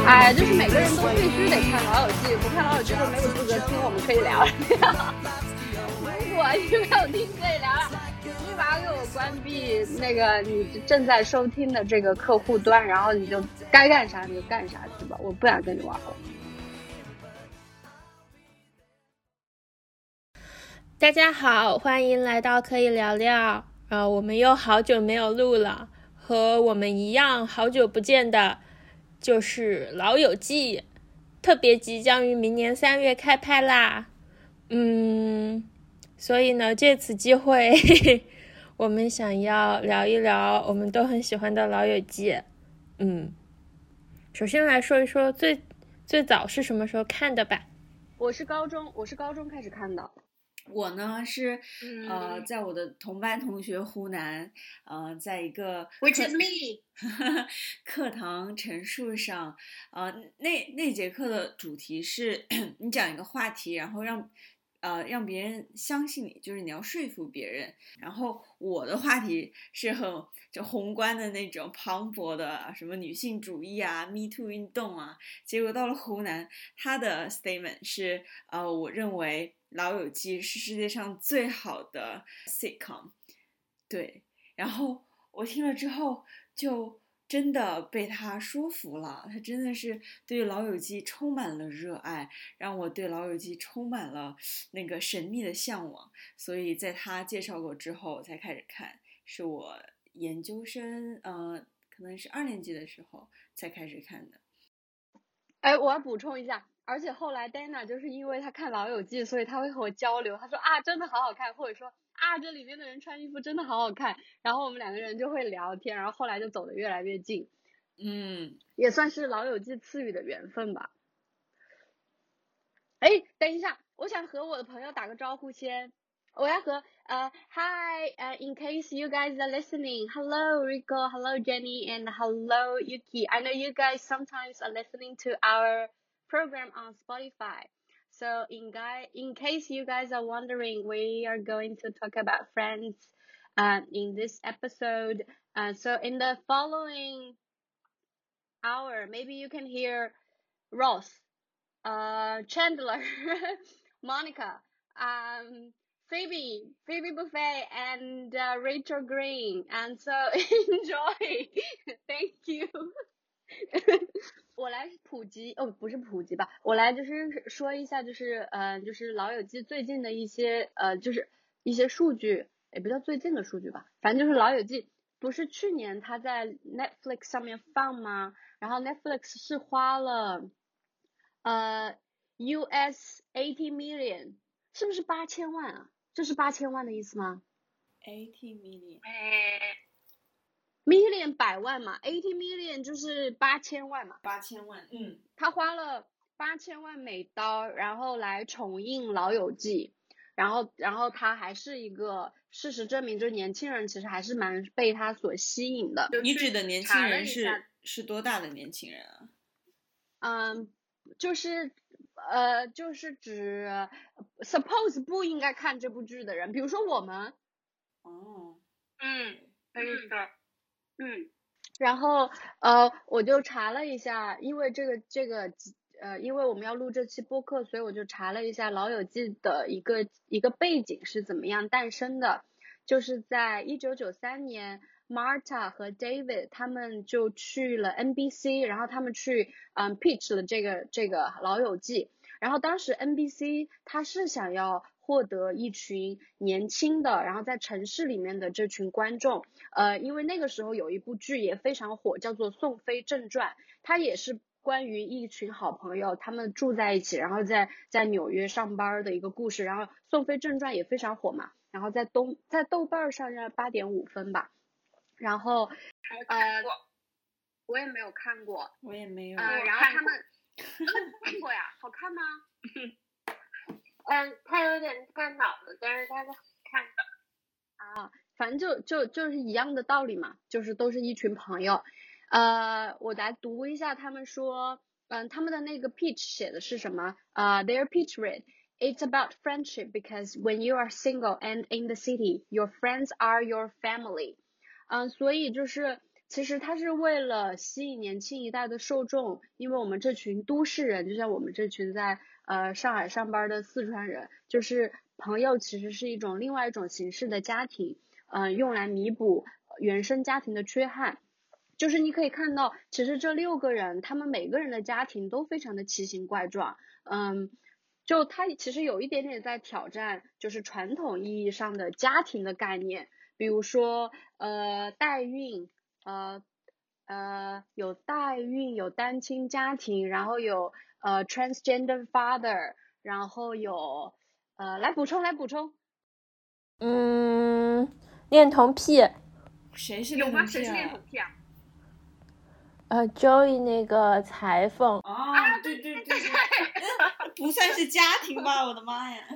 哎，就是每个人都必须得看《老友记》，不看《老友记》就没有资格听我们可以聊。如果你没有听可以聊聊，立马给我关闭那个你正在收听的这个客户端，然后你就该干啥你就干啥去吧，我不想跟你玩了。 大家好，欢迎来到可以聊聊。我们又好久没有录了，和我们一样好久不见的就是《老友记》，特别即将于明年3月开拍啦。所以呢，借此机会我们想要聊一聊我们都很喜欢的《老友记》。首先来说一说最早是什么时候看的吧。 我是高中开始看的。 我呢是在我的同班同学湖南，在一个 Which is me 课堂陈述上，那节课的主题是你讲一个话题，然后让别人相信你，就是你要说服别人。然后我的话题是就宏观的那种磅礴的，什么女性主义啊 ，Me Too 运动啊。结果到了湖南，他的 statement 是我认为老友记是世界上最好的 sitcom。对，然后我听了之后就真的被他说服了，他真的是对老友记充满了热爱，让我对老友记充满了那个神秘的向往。所以在他介绍过之后才开始看，是我研究生可能是2年级的时候才开始看的。 哎，我要补充一下，而且后来 Dana 就是因为他看老友记，所以他会和我交流，他说啊真的好好看，或者说啊这里面的人穿衣服真的好好看，然后我们2个人就会聊天，然后后来就走得越来越近。也算是老友记赐予的缘分吧。哎，等一下，我想和我的朋友打个招呼先。我要和Hi, in case you guys are listening, hello Rico, hello Jenny, and hello Yuki. I know you guys sometimes are listening to our program on Spotify. So in case you guys are wondering, we are going to talk about Friends in this episode. So in the following hour, maybe you can hear Ross, Chandler, Monica, Phoebe Buffet, and Rachel Green. And so enjoy. Thank you. 我来普及不是普及吧，我来就是说一下，就是老友记最近的一些就是一些数据，也不叫最近的数据吧，反正就是老友记不是去年他在 Netflix 上面放吗？然后 Netflix 是花了US 80 million， 是不是8000万啊？这是8000万的意思吗 ？80 million。 million 百万嘛 ，80 million 就是8000万嘛。 8000万， 他花了8000万美刀，然后来重映《老友记》，然后他还是一个事实证明，就是年轻人其实还是蛮被他所吸引的。 你指的年轻人是多大的年轻人啊？ 就是指 suppose 不应该看这部剧的人，比如说我们。可以说。然后我就查了一下，因为因为我们要录这期播客，所以我就查了一下《老友记》的一个背景是怎么样诞生的，就是在1993年。Marta 和 David 他们就去了 NBC， 然后他们去pitch 了这个老友记，然后当时 NBC 他是想要获得一群年轻的，然后在城市里面的这群观众，因为那个时候有一部剧也非常火，叫做《宋飞正传》，它也是关于一群好朋友他们住在一起，然后在纽约上班的一个故事，然后《宋飞正传》也非常火嘛，然后在豆瓣上要8.5分吧。然后我也没有看过， 我也没有。 然后他们看过呀，好看吗？ 它有点太老了，但是它是好看的。 反正就是一样的道理嘛，就是都是一群朋友。我来读一下他们说，他们的那个 pitch 写的是什么？Their pitch read, "It's about friendship because when you are single and in the city, your friends are your family." 所以就是其实它是为了吸引年轻一代的受众，因为我们这群都市人，就像我们这群在上海上班的四川人，就是朋友其实是另外一种形式的家庭，用来弥补原生家庭的缺憾。就是你可以看到，其实这6个人，他们每个人的家庭都非常的奇形怪状，就他其实有一点点在挑战，就是传统意义上的家庭的概念，比如说代孕，有代孕，有单亲家庭，然后有transgender father， 然后有来补充， 恋童癖。 谁是有吗？ 恋童癖谁是恋啊？ 童癖啊？ Joey 那个裁缝。 哦，对，不算是家庭吧？我的妈呀！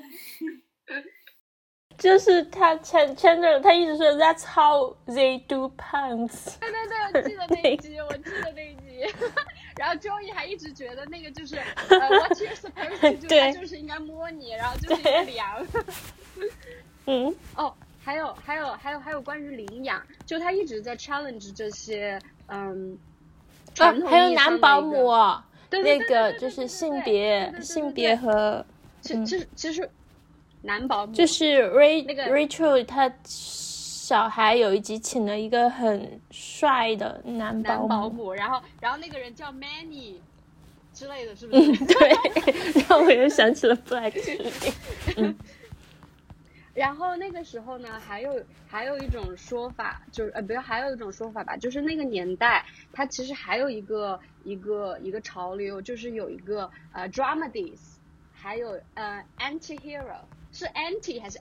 就是他Chandler，他一直说 That's how they do puns。 对，我记得那一集，然后 Joey 还一直觉得那个就是what you're supposed to do， 他就是应该摸你，然后就是应该量。哦，还有关于领养，就他一直在 challenge 这些传统还有意义上的男保姆， 对那个就是性别和其实男保姆就是 Rachel 她小孩有一集请了一个很帅的男保姆， 然后那个人叫 Manny 之类的，是不是？ 对，让我又想起了 Black 然后那个时候呢，还有一种说法，就是还有一种说法吧，就是那个年代，它其实还有一个潮流，就是有一个dramedies， 还有anti-hero， 是 anti 还是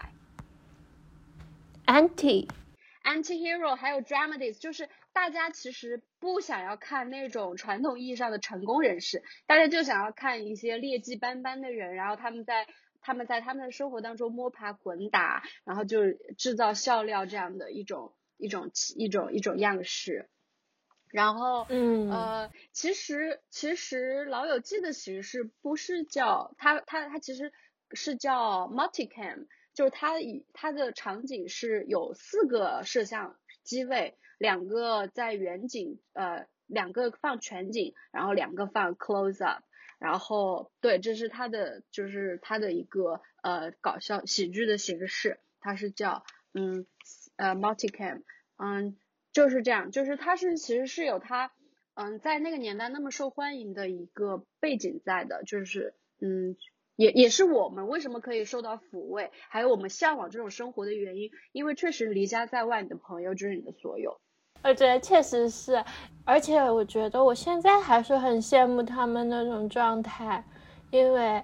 anti？anti-hero 还有 dramedies， 就是大家其实不想要看那种传统意义上的成功人士，大家就想要看一些劣迹斑斑的人，然后他们在他们的生活当中摸爬滚打，然后就制造笑料这样的一种样式。然后其实老友记的形式不是叫它其实是叫 multicam， 就是它的场景是有4个摄像机位，2个在远景，2个放全景，然后2个放 close up， 然后对，这是它的一个搞笑喜剧的形式，它是叫multicam， 就是这样，就是它其实是有它在那个年代那么受欢迎的一个背景在的，就是也是我们为什么可以受到抚慰，还有我们向往这种生活的原因，因为确实离家在外，你的朋友就是你的所有。 我觉得确实是，而且我觉得我现在还是很羡慕他们那种状态，因为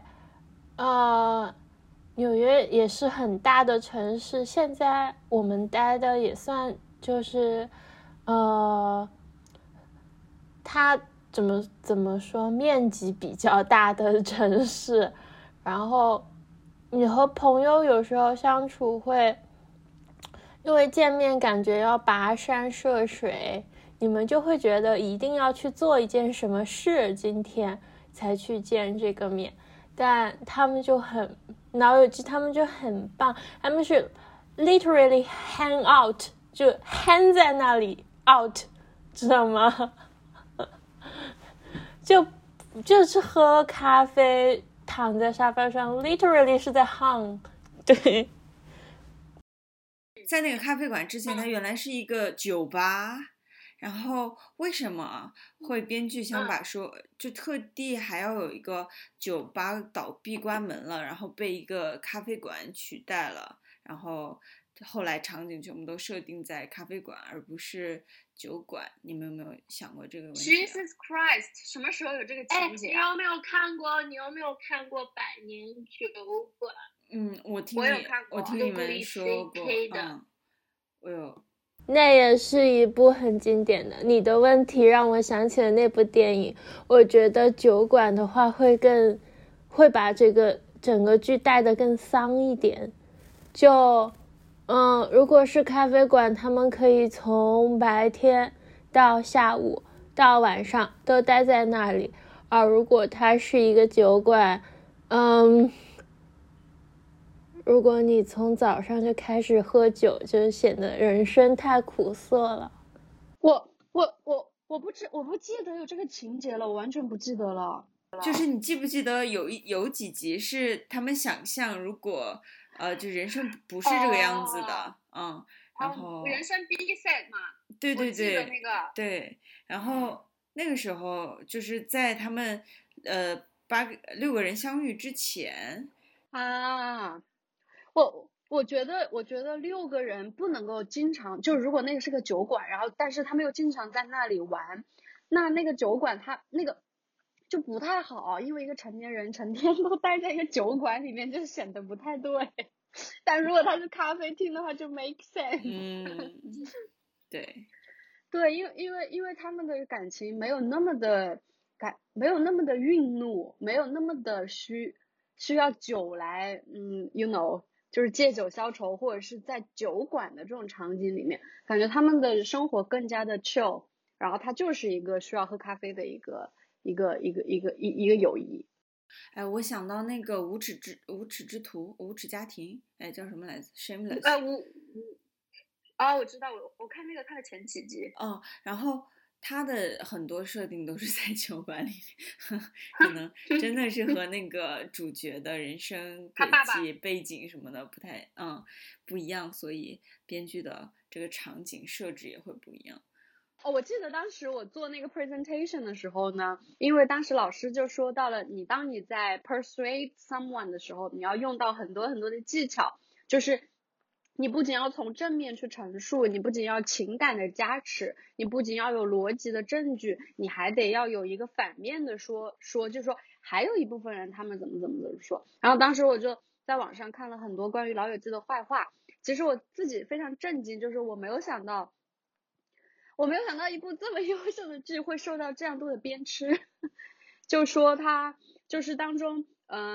纽约也是很大的城市，现在我们待的也算就是它怎么说面积比较大的城市，然后你和朋友有时候相处会因为见面感觉要跋山涉水，你们就会觉得一定要去做一件什么事，今天才去见这个面。但他们就很老友记，他们就很棒，他们是 literally hang out， 就 hang 在那里 out， 知道吗？就是喝咖啡，躺在沙发上 literally 是在 hang。 对， 在那个咖啡馆之前，它原来是一个酒吧，然后为什么会编剧想把就特地还要有一个酒吧倒闭关门了，然后被一个咖啡馆取代了，然后后来场景全部都设定在咖啡馆而不是酒馆，你们有没有想过这个问题 ？Jesus Christ， 什么时候有这个情节？你有没有看过《百年酒馆》？ 我听你们说过，我有。 那也是一部很经典的。你的问题让我想起了那部电影。我觉得酒馆的话会把这个整个剧带得更丧一点。就如果是咖啡馆，他们可以从白天到下午到晚上都待在那里，而如果它是一个酒馆，如果你从早上就开始喝酒，就显得人生太苦涩了。 我不记得有这个情节了，我完全不记得了。 就是你记不记得有几集是他们想象如果就人生不是这个样子的，然后人生 B set 嘛， 对对我记得对那个对，然后那个时候就是在他们6个人相遇之前啊，我觉得6个人不能够经常，就如果那个是个酒馆，然后但是他们又经常在那里玩，那个酒馆他那个就不太好，因为一个成年人成天都待在一个酒馆里面，就显得不太对。但如果他是咖啡厅的话，就 make sense。 对对，因为他们的感情没有那么的没有那么的愠怒，没有那么的需要酒来you know， 就是借酒消愁，或者是在酒馆的这种场景里面，感觉他们的生活更加的 chill， 然后他就是一个需要喝咖啡的一个友谊。 哎，我想到那个无耻之徒，无耻家庭，哎，叫什么来着 ？Shameless。 我知道，我看那个他的前几集。 然后他的很多设定都是在酒馆里面，可能真的是和那个主角的人生轨迹、背景什么的不一样，所以编剧的这个场景设置也会不一样。 我记得当时我做那个 presentation 的时候呢，因为当时老师就说到了，当你在 persuade someone 的时候，你要用到很多很多的技巧，就是你不仅要从正面去陈述，你不仅要情感的加持，你不仅要有逻辑的证据，你还得要有一个反面的说，就是说还有一部分人他们怎么说。然后当时我就在网上看了很多关于老友记的坏话，其实我自己非常震惊，就是我没有想到一部这么优秀的剧会受到这样多的鞭笞。就说它就是当中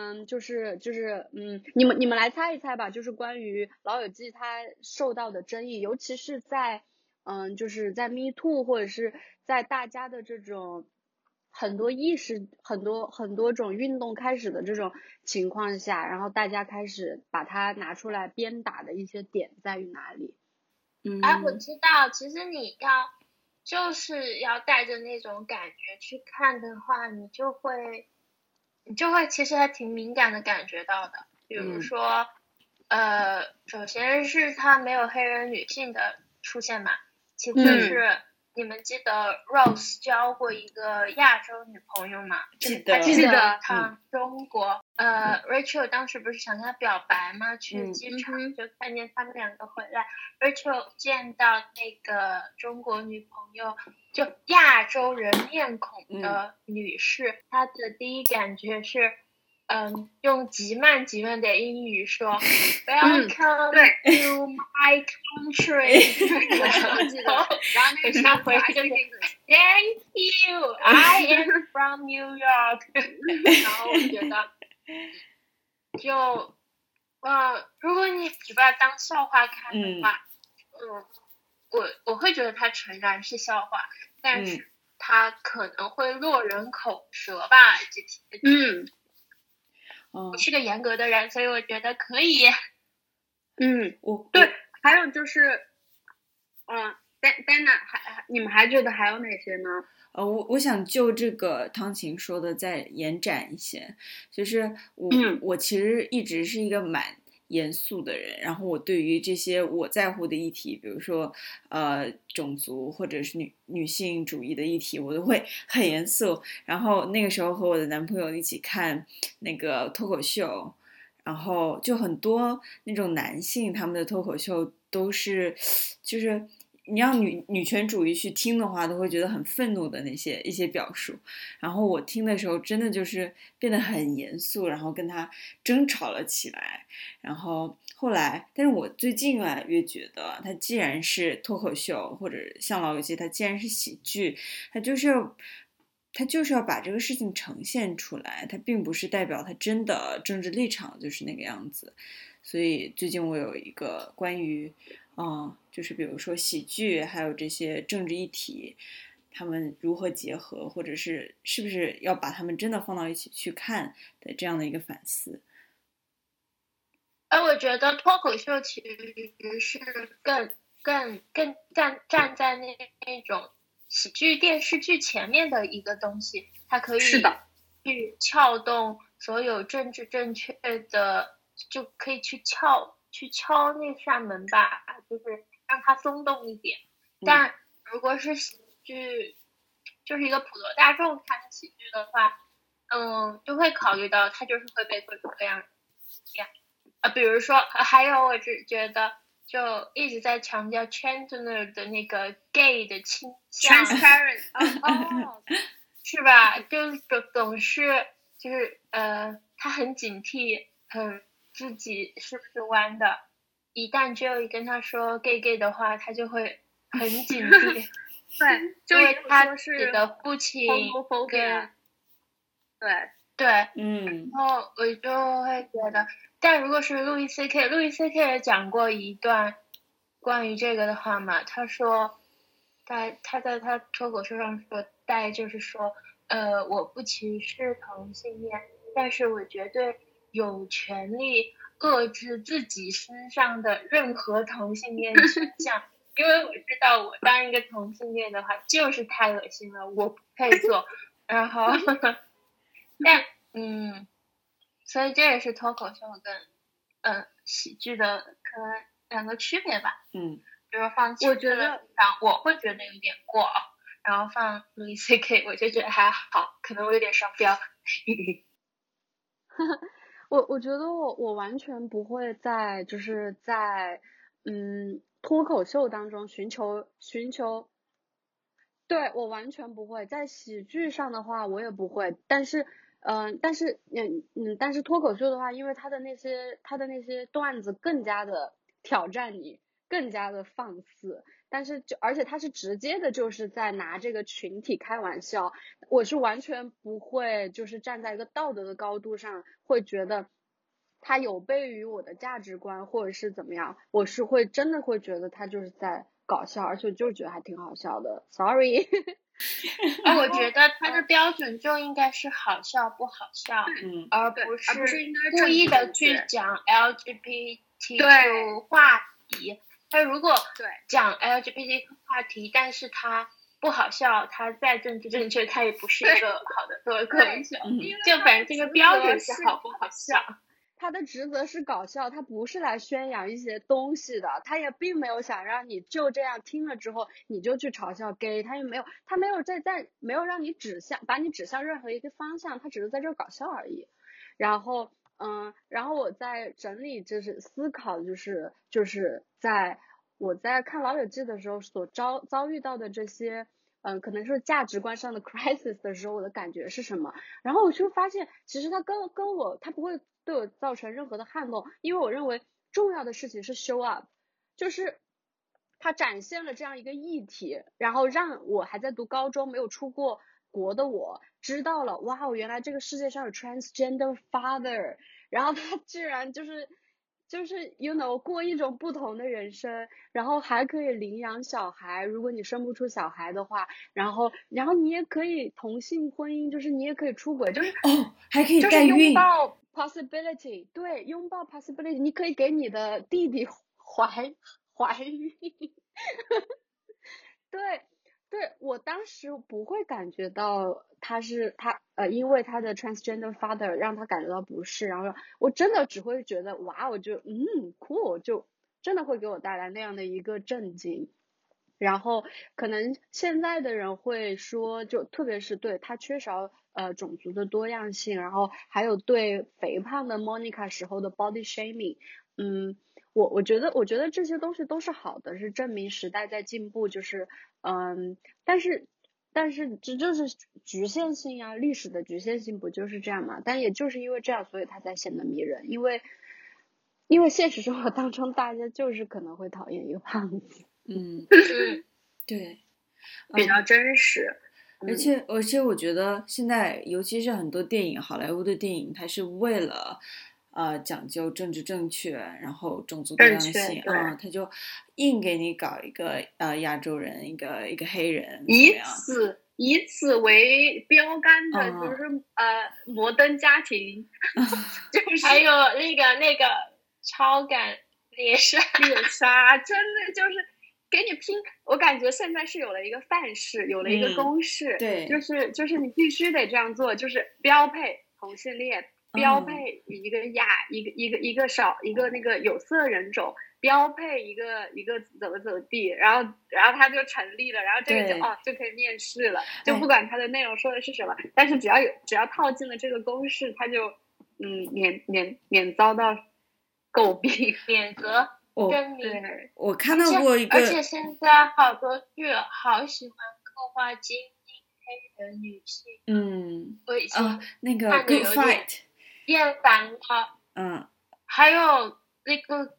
你们来猜一猜吧，就是关于老友记它受到的争议，尤其是在就是在 Me Too 或者是在大家的这种很多意识很多种运动开始的这种情况下，然后大家开始把它拿出来鞭打的一些点在于哪里？ 我知道，其实你就是要带着那种感觉去看的话，你就会其实还挺敏感的感觉到的。比如说，首先是他没有黑人女性的出现嘛，其次是你们记得 Rose 交过一个亚洲女朋友吗？ 记得他中国Rachel 当时不是想跟他表白吗？去机场就看见他们两个回来，Rachel 见到那个中国女朋友，就亚洲人面孔的女士，她的第一感觉是用极慢的英语说 Welcome to my country 我记得，然后那个他回来就 Thank you I am from New York 然后我觉得就如果你只把它当笑话看的话我会觉得它诚然是笑话，但是它可能会落人口舌吧，这题我是个严格的人，所以我觉得可以。 对，还有就是Dana 你们还觉得还有哪些呢？ 我想就这个汤琴说的再延展一些，就是我其实一直是一个蛮严肃的人，然后我对于这些我在乎的议题，比如说种族或者是女性主义的议题，我都会很严肃。然后那个时候和我的男朋友一起看那个脱口秀，然后就很多那种男性他们的脱口秀都是就是你让女权主义去听的话，都会觉得很愤怒的一些表述。然后我听的时候，真的就是变得很严肃，然后跟他争吵了起来。然后后来，但是我最近越来越觉得，它既然是脱口秀，或者像老友记，它既然是喜剧，它就是要把这个事情呈现出来，它并不是代表它真的政治立场就是那个样子。所以最近我有一个关于就是比如说喜剧还有这些政治议题他们如何结合，或者是不是要把他们真的放到一起去看的这样的一个反思。 我觉得脱口秀其实是更站在那种喜剧电视剧前面的一个东西，它可以是的去撬动所有政治正确的，就可以去敲那扇门吧，就是让它松动一点。但如果是喜剧，就是一个普罗大众看的喜剧的话，就会考虑到它就是会被各种各样比如说还有我只觉得就一直在强调 Chandler 的那个 gay 的倾向 transparent 是吧？就总是就是他很警惕，自己是不是弯的，一旦 Joey 跟他说 gay 的话，他就会很警惕。 对， 因为他自己的父亲跟对，然后我就会觉得，但如果是路易 C.K. 也讲过一段关于这个的话嘛，他说他在他脱口秀上说，大概就是说，我不歧视同性恋，但是我绝对有权利遏制自己身上的任何同性恋倾向。因为我知道我当一个同性恋的话就是太恶心了，我不配做。然后但所以这也是脱口秀跟喜剧的可能两个区别吧。比如放喜剧的上我会觉得有点过，然后放 Louis C.K. 我就觉得还好，可能我有点双标。 我觉得我完全不会在脱口秀当中寻求，对，我完全不会。在喜剧上的话我也不会，但是脱口秀的话，因为他的那些段子更加的挑战你，更加的放肆，但是而且他是直接的就是在拿这个群体开玩笑，我是完全不会就是站在一个道德的高度上会觉得他有悖于我的价值观或者是怎么样，我是真的会觉得他就是在搞笑，而且就是觉得还挺好笑的。Sorry 我觉得他的标准就应该是好笑不好笑，而不是故意的去讲 LGBT 话题。他如果讲 LGBT 话题，但是他不好笑，他再政治正确，他也不是一个好的脱口秀。就反正这个标准是好不好笑。 他的职责是搞笑，他不是来宣扬一些东西的，他也并没有想让你就这样听了之后你就去嘲笑 gay， 他没有没有让你把你指向任何一个方向，他只是在这搞笑而已。然后我在整理就是思考就是在我在看老友记的时候所遭遇到的这些可能是价值观上的 crisis 的时候，我的感觉是什么？然后我就发现，其实他他不会对我造成任何的撼动，因为我认为重要的事情是 show up， 就是他展现了这样一个议题，然后让我还在读高中没有出过国的我知道了，哇，原来这个世界上有 transgender father， 然后他居然就是you know 过一种不同的人生，然后还可以领养小孩，如果你生不出小孩的话，然后你也可以同性婚姻，就是你也可以出轨，就是还可以代孕， 就是拥抱 possibility， 对，拥抱 possibility， 你可以给你的弟弟怀孕对，我当时不会感觉到因为他的 transgender father 让他感觉到不适，然后我真的只会觉得哇，我就cool， 就真的会给我带来那样的一个震惊。然后可能现在的人会说，就特别是对他缺少种族的多样性，然后还有对肥胖的 Monica 时候的 body shaming，我觉得这些东西都是好的，是证明时代在进步，就是但是这就是局限性啊，历史的局限性不就是这样嘛？但也就是因为这样，所以它才显得迷人，因为现实生活当中大家就是可能会讨厌一个胖子。 对， 比较真实。 而且我觉得现在尤其是很多电影，好莱坞的电影，它是为了讲究政治正确，然后种族多样性啊，他就硬给你搞一个亚洲人，一个黑人， 以此为标杆的就是摩登家庭， 就是还有那个超感猎杀， 真的就是给你拼，我感觉现在是有了一个范式，有了一个公式， 对， 就是你必须得这样做，就是标配同性恋，标配一个一个那个有色人种，标配一个怎么地，然后它就成立了，然后这个就可以面试了，就不管它的内容说的是什么，但是只要套进了这个公式，它就免遭到诟病免责。 我看到过一个， 而且现在好多剧好喜欢刻画精英黑人女性，我以前那个 Good Fight 厌烦了，还有那个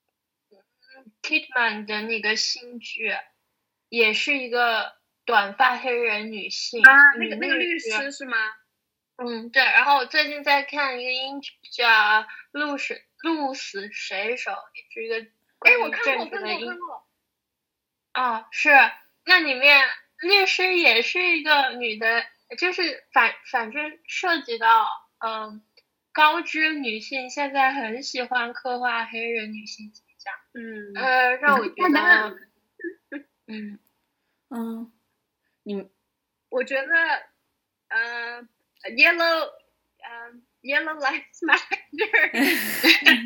Kidman 的那个新剧，也是一个短发黑人女性那个律师是吗？ 对，然后我最近在看一个英剧叫《鹿死谁手》，也是一个我看过。 是，那里面律师也是一个女的，就是反正涉及到高知女性现在很喜欢刻画黑人女性形象，让我觉得我觉得Yellow Lives Matter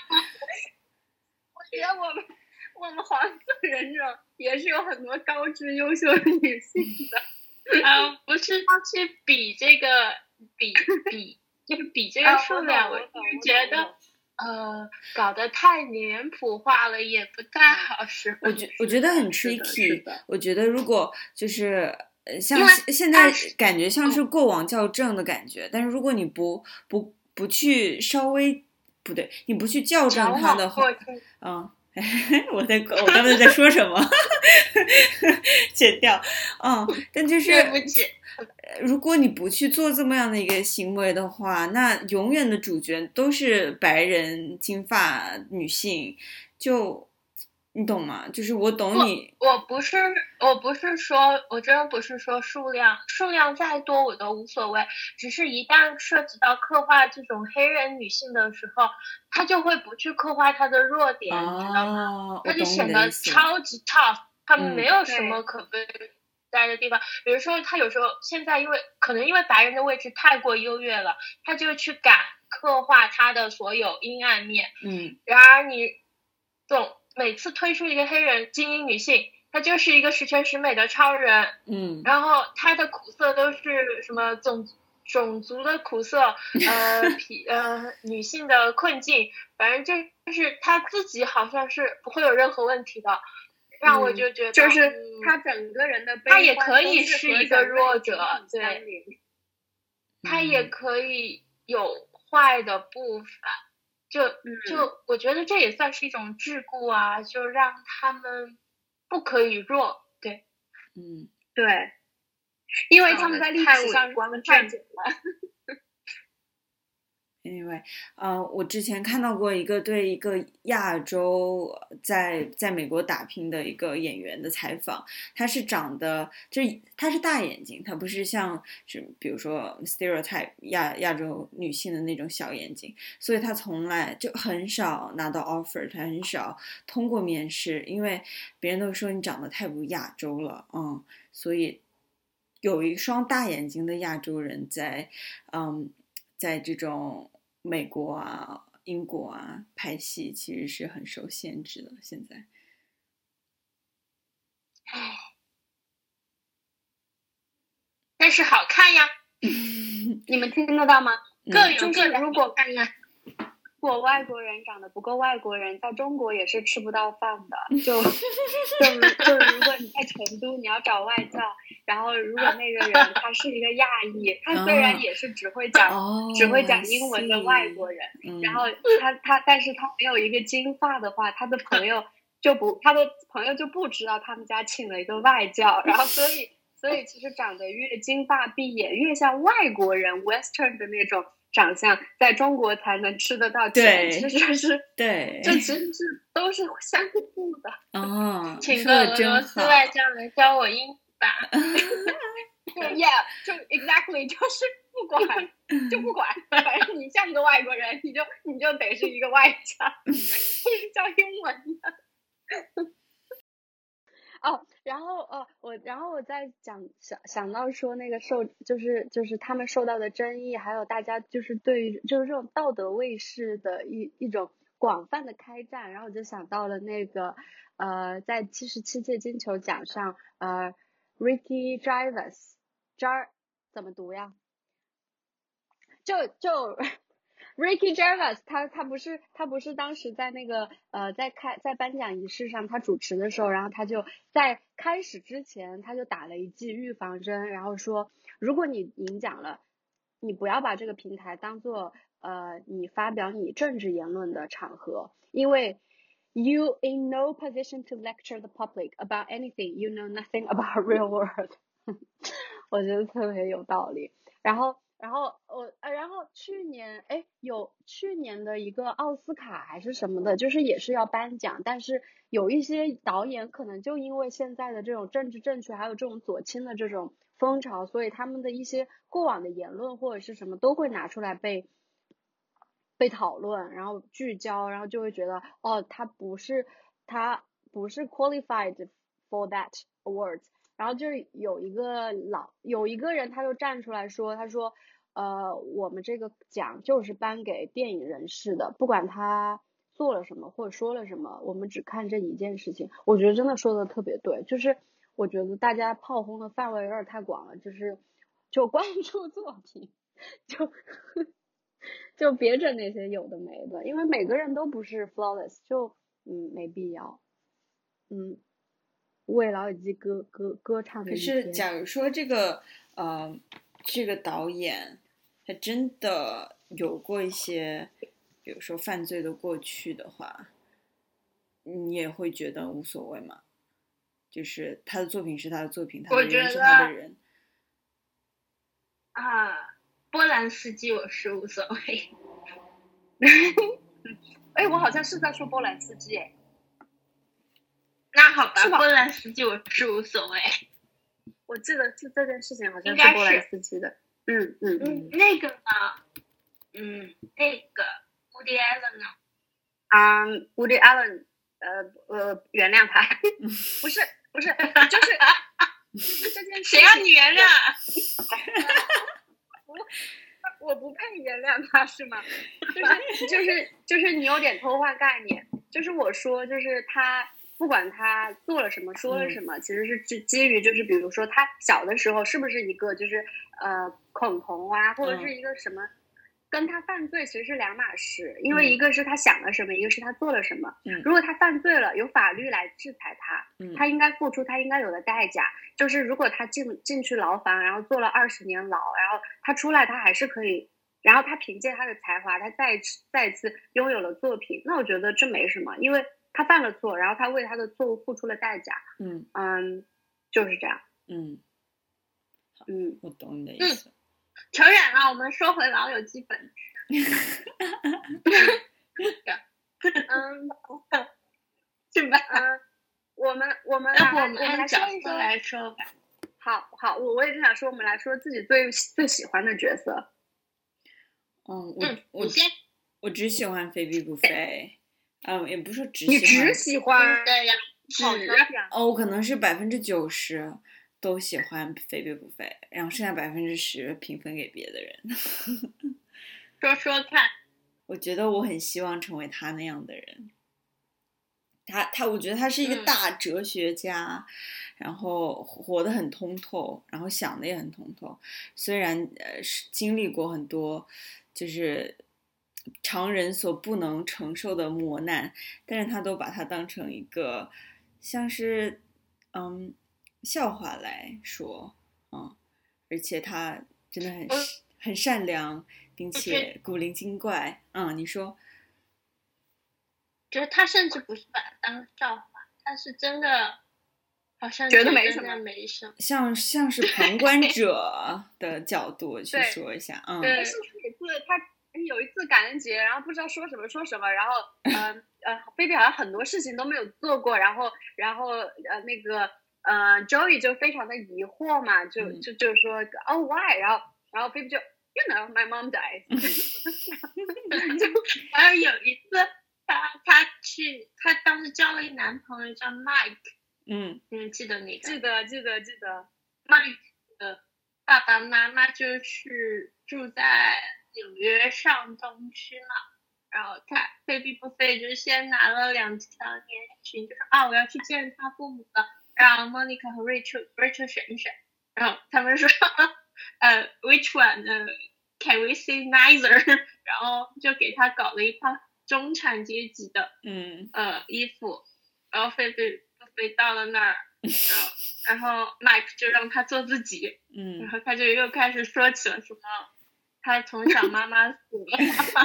我觉得我们黄色人种也是有很多高知优秀的女性的， 不是要去比这个就是比这个数量，我是觉得搞得太脸谱化了也不太好使。 我觉得很 tricky。我觉得如果就是像现在感觉像是过往校正的感觉，但是如果你不去稍微不对，你不去校正它的话，我刚才在说什么？剪掉。但就是对不起。 如果你不去做这么样的一个行为的话，那永远的主角都是白人金发女性，就你懂吗？就是我懂你。 我不是说，我真的不是说数量再多我都无所谓，只是一旦涉及到刻画这种黑人女性的时候，他就会不去刻画她的弱点，你知道吗？他就显得超级 tough， 他没有什么可被在的地方。比如说他有时候现在因为白人的位置太过优越了，他就去敢刻画他的所有阴暗面。然而你每次推出一个黑人精英女性，她就是一个十全十美的超人。然后她的苦涩都是什么种族的苦涩，女性的困境，反正就是她自己好像是不会有任何问题的。让我就觉得就是他整个人的悲他也可以是一个弱者，对，他也可以有坏的部分，就我觉得这也算是一种桎梏啊，就让他们不可以弱，对， 对，因为他们在历史上光太久了。 Anyway，我之前看到过一个对一个亚洲在美国打拼的一个演员的采访，他是他是大眼睛，他不是像比如说 stereotype 亚洲女性的那种小眼睛，所以他从来就很少拿到 offer， 他很少通过面试，因为别人都说你长得太不亚洲了，所以有一双大眼睛的亚洲人在这种美国啊、英国啊拍戏其实是很受限制的。现在， 但是好看呀， 你们听得到吗？ 就是如果看呀。 如果外国人长得不够外国人，在中国也是吃不到饭的。就如果你在成都，你要找外教，然后如果那个人他是一个亚裔，他虽然也是只会讲英文的外国人，然后但是他没有一个金发的话，他的朋友就不知道他们家请了一个外教，然后所以其实长得越金发碧眼，越像外国人 Western 的那种长相，在中国才能吃得到钱，其实是对， 这其实是都是相互的。 请个俄罗斯外教来教我英语吧。 Yeah， 就 exactly 就是不管，反正你像一个外国人，你就得是一个外教，是教英文的。 然后我在想到说那个就是他们受到的争议，还有大家就是对于就是这种道德卫士的一种广泛的开战，然后我就想到了那个在77届金球奖上Ricky Gervais 怎么读呀？就Ricky Gervais 他不是当时在那个在颁奖仪式上他主持的时候，然后他就在开始之前他就打了一剂预防针，然后说如果你赢奖了，你不要把这个平台当做你发表你政治言论的场合，因为 you in no position to lecture the public about anything you know nothing about real world 我觉得特别有道理。然后去年的一个奥斯卡还是什么的，就是也是要颁奖，但是有一些导演可能就因为现在的这种政治正确，还有这种左倾的这种风潮，所以他们的一些过往的言论或者是什么都会拿出来被讨论，然后聚焦，然后就会觉得他不是 qualified for that award。然后就是有一个人他就站出来说，他说我们这个奖就是颁给电影人士的，不管他做了什么或者说了什么，我们只看这一件事情。我觉得真的说的特别对，就是我觉得大家炮轰的范围有点太广了，就关注作品，就别整那些有的没的，因为每个人都不是 flawless， 就没必要。为老友记歌唱的一天。 可是假如说这个导演他真的有过一些比如说犯罪的过去的话，你也会觉得无所谓吗？就是他的作品是他的作品，他的人是他的人。 波兰斯基我是无所谓。 我好像是在说波兰斯基哎。 那好吧，波兰斯基我是无所谓。 我记得这件事情好像是波兰斯基的。 那个呢？那个 Woody Allen 呢 ？Woody Allen，原谅他。不是，就是这件事。 谁让你原谅？ 我不配原谅他是吗？就是你有点偷换概念。就是我说，就是他。不管他做了什么说了什么，其实是基于就是比如说他小的时候是不是一个就是恐同啊，或者是一个什么，跟他犯罪其实是两码事，因为一个是他想了什么，一个是他做了什么。如果他犯罪了，有法律来制裁他，他应该付出他应该有的代价。就是如果他进去牢房，然后坐了20年牢，然后他出来他还是可以，然后他凭借他的才华，他再一次拥有了作品，那我觉得这没什么，因为他犯了错，然后他为他的错误付出了代价。就是这样。 我懂你的意思。 扯远了，我们说回老友记本质。是吧？ 我们按角色来说吧。 好，我也是想说，我们来说自己最喜欢的角色。 你先。我只喜欢菲比不菲。也不是说只喜欢。 你只喜欢？ 对呀， 我可能是90%都喜欢菲比不菲，然后剩下10%平分给别的人。 说说看。 我觉得我很希望成为他那样的人。我觉得他是一个大哲学家，然后活得很通透，然后想的也很通透。虽然经历过很多，就是常人所不能承受的磨难，但是他都把它当成一个像是笑话来说。而且他真的很善良，并且古灵精怪。你说？ 觉得他甚至不是把它当笑话，他是真的好像觉得没什么， 像是旁观者的角度去说一下。 对，是不是他有一次感恩节，然后不知道说什么，然后菲比好像很多事情都没有做过，然后那个Joey 就非常的疑惑嘛，就说why， 然后菲比就 you know my mom died。 还有一次他当时交了一男朋友叫 Mike， 记得那个？ 记得。 Mike 的爸爸妈妈就是住在纽约上东区嘛，然后他飞必不飞就先拿了2条年裙，就说我要去见他父母了，让 Monica 和 Rachel 选一选，然后他们说which one can we say neither 然后就给他搞了一套中产阶级的衣服，然后飞到了那儿，然后 Mike 就让他做自己，然后他就又开始说起了什么他从小妈妈死了，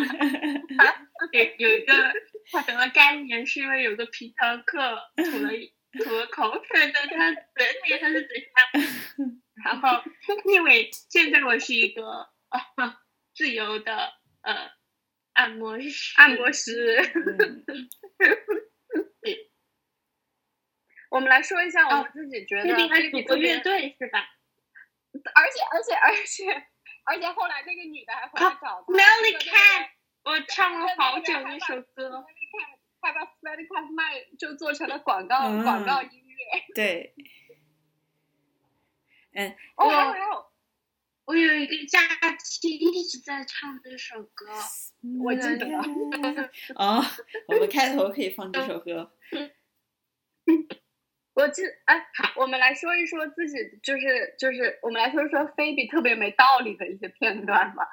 有一个他得了肝炎是因为有个皮条客吐了口水在他嘴里还是怎样，然后因为现在我是一个自由的按摩师我们来说一下我们自己觉得还组个乐队是吧？ 而且后来那个女的还回来找他 Smelly Cat 我唱了好久那首歌， 他把 Smelly Cat 卖就做成了广告音乐。 对。 我有一个假期一直在唱这首歌， 我记得了。 我们开头可以放这首歌。 我们来说一说自己，就是我们来说一说菲比特别没道理的一些片段吧。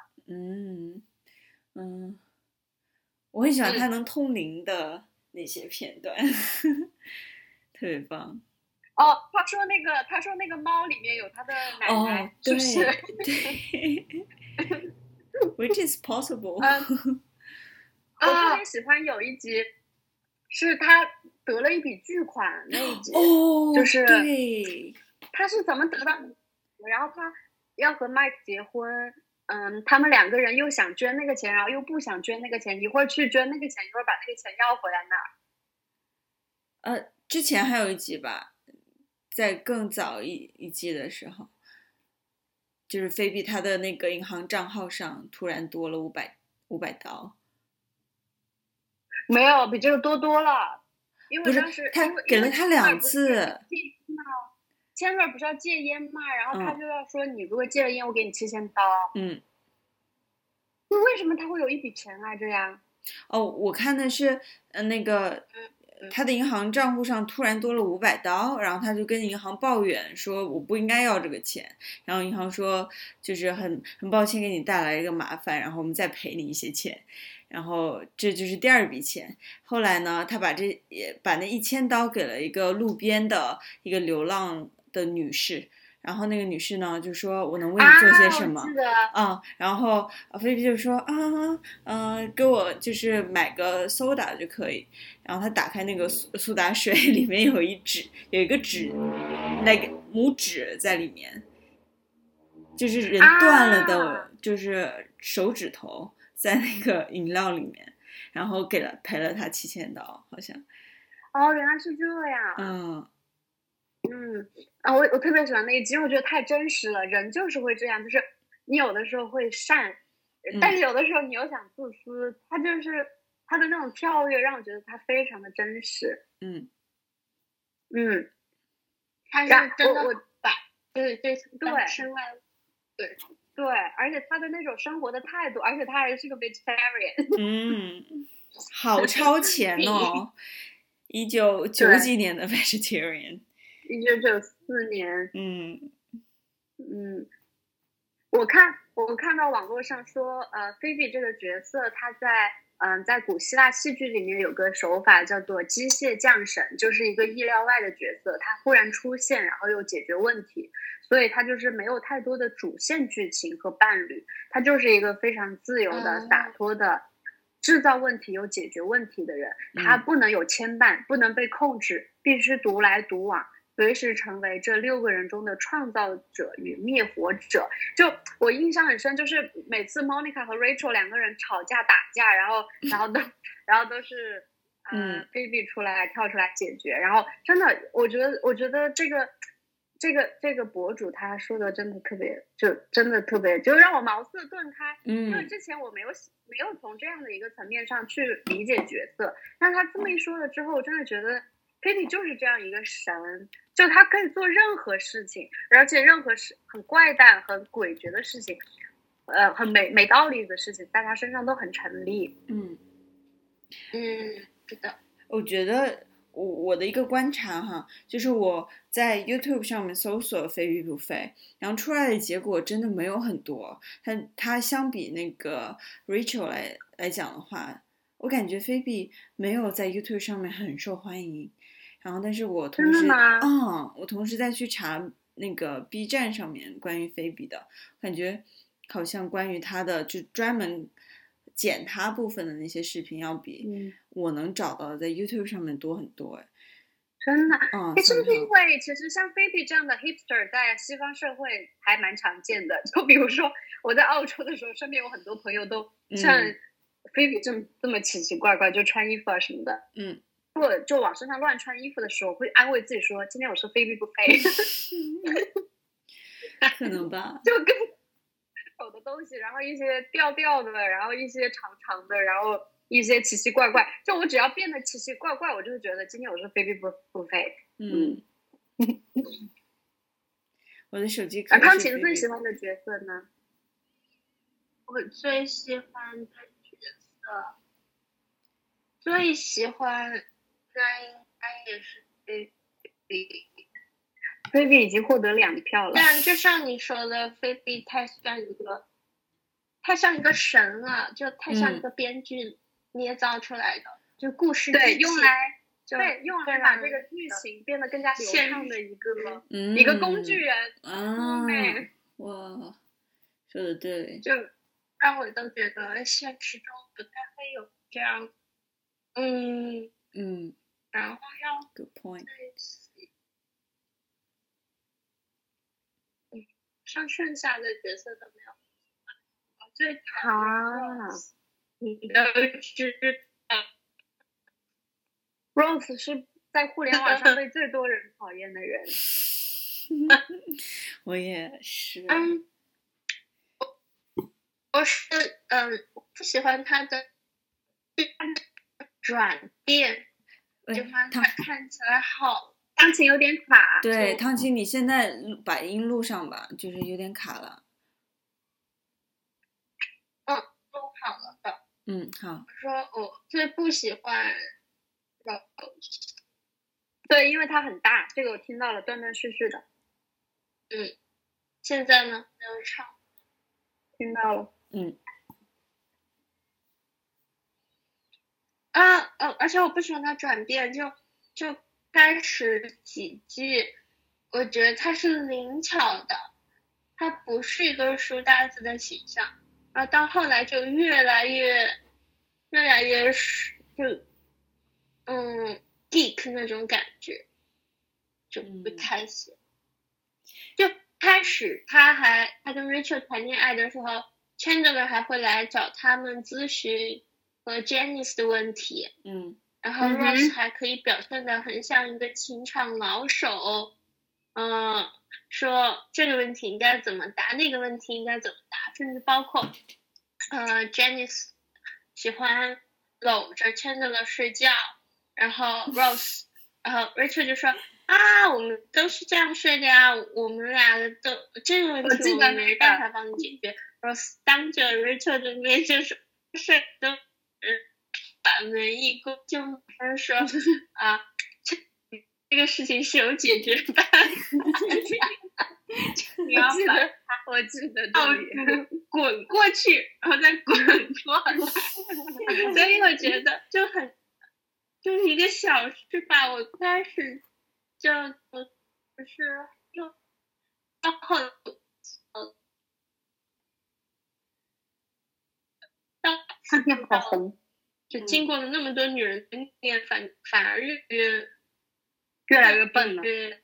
我很喜欢他能通灵的那些片段，特别棒。 他说那个猫里面有他的奶奶， 对对 ，which is possible。 我特别喜欢有一集，是他得了一笔巨款那一集，就是对， 他是怎么得到，然后他要和 Mike 结婚，他们2个人又想捐那个钱，然后又不想捐那个钱，一会儿去捐那个钱，一会儿把那个钱要回来那儿。 之前还有一集吧，在更早一季的时候，就是菲比他的那个银行账号上突然多了500刀。 没有，比这个多了。因为当时他给了他2次。 Chandler 不是要戒烟嘛，然后他就要说你如果戒了烟，我给你7000刀。为什么他会有一笔钱来着呀？ 我看的是那个他的银行账户上突然多了500刀，然后他就跟银行抱怨说我不应该要这个钱，然后银行说就是很抱歉给你带来一个麻烦，然后我们再赔你一些钱，然后这就是第2笔钱。后来呢，他把那1000刀给了一个路边的一个流浪的女士，然后那个女士呢就说我能为你做些什么然后菲比就说给我就是买个苏打就可以，然后他打开那个苏打水，里面有一个指那个拇指在里面，就是人断了的就是手指头在那个饮料里面，然后赔了他7000刀好像。 原来是这样。我特别喜欢那一集，我觉得太真实了。人就是会这样，就是你有的时候会善，但是有的时候你又想自私。他就是他的那种跳跃，让我觉得他非常的真实。 他是真的把对对，而且他的那种生活的态度，而且他还是个 vegetarian。 好超前哦！1990几年的 vegetarian。 1994年。我看到网络上说，菲比这个角色，他在古希腊戏剧里面有个手法叫做机械降神，就是一个意料外的角色，他忽然出现，然后又解决问题，所以他就是没有太多的主线剧情和伴侣，他就是一个非常自由的、洒脱的，制造问题又解决问题的人。他不能有牵绊，不能被控制，必须独来独往，随时成为这6个人中的创造者与灭活者。就我印象很深，就是每次 Monica 和 Rachel 2个人吵架打架，然后都是Phoebe 跳出来解决。然后真的，我觉得这个博主他说的真的特别，就让我茅塞顿开。因为之前我没有从这样的一个层面上去理解角色，但他这么一说了之后，我真的觉得 Phoebe 就是这样一个神，就他可以做任何事情，而且任何很怪诞、很诡谲的事情，很没道理的事情，在他身上都很成立。 是的。 我觉得我的一个观察哈，就是我在 YouTube 上面搜索菲比不菲，然后出来的结果真的没有很多。它相比那个 Rachel 来讲的话，我感觉菲比没有在 YouTube 上面很受欢迎。然后，但是我同时我同时再去查那个 B 站上面关于菲比的，感觉好像关于他的就专门剪他部分的那些视频要比我能找到的在 YouTube 上面多很多。 真的。是不是因为其实像菲比这样的 hipster 在西方社会还蛮常见的？就比如说我在澳洲的时候，身边有很多朋友都像菲比这么奇奇怪怪，就穿衣服啊什么的。或就往身上乱穿衣服的时候，会安慰自己说今天我是菲比不菲。 可能吧。 就跟有的东西，然后一些调调的，然后一些长长的，然后一些奇奇怪怪，就我只要变得奇奇怪怪，我就会觉得今天我是菲比不菲。 我的手机康琴最喜欢的角色呢？ 我最喜欢的角色，最喜欢那应该也是菲比。 菲比已经获得2票了。 但就像你说的，菲比太像一个神了，就太像一个编剧捏造出来的，就故事对用来把这个剧让情变得更加流畅的一个工具人。 哇，说的对， 就让我都觉得现实中不太会有这样。然后要 good point。 剩下的角色都没有。我最讨厌你都知道 Rose 是在互联网上被最多人讨厌的人。 我也是。 我是不喜欢他的转变，就让他看起来好。 钢琴有点卡。 对，汤琴，你现在把音录上吧，就是有点卡了。 录好了的。 好。 我说我最不喜欢 Rose。 对，因为它很大，这个我听到了，断断续续的。 现在呢？没有唱。 听到了。 而且我不喜欢他转变，就开始几季，我觉得他是灵巧的，他不是一个书呆子的形象，然后到后来就越来越就geek 那种感觉，就不太行。就开始他跟 Rachel 谈恋爱的时候 ，Chandler 还会来找他们咨询和 Janice 的问题。然后 Rose 还可以表现得很像一个情场老手，说这个问题应该怎么答，那个问题应该怎么答，甚至包括Janice 喜欢搂着 Chandler 睡觉，然后 Rachel 就说我们都是这样睡的呀，我们俩都这个问题我们没办法帮你解决。Rose 当着 Rachel 的面就说睡都把门一关，就马上说这个事情是有解决办法。你要我记得滚过去，然后再滚过来。所以我觉得就是一个小事吧。我开始就是又到后好红。 就经过了那么多女人的念，反而越来越笨了，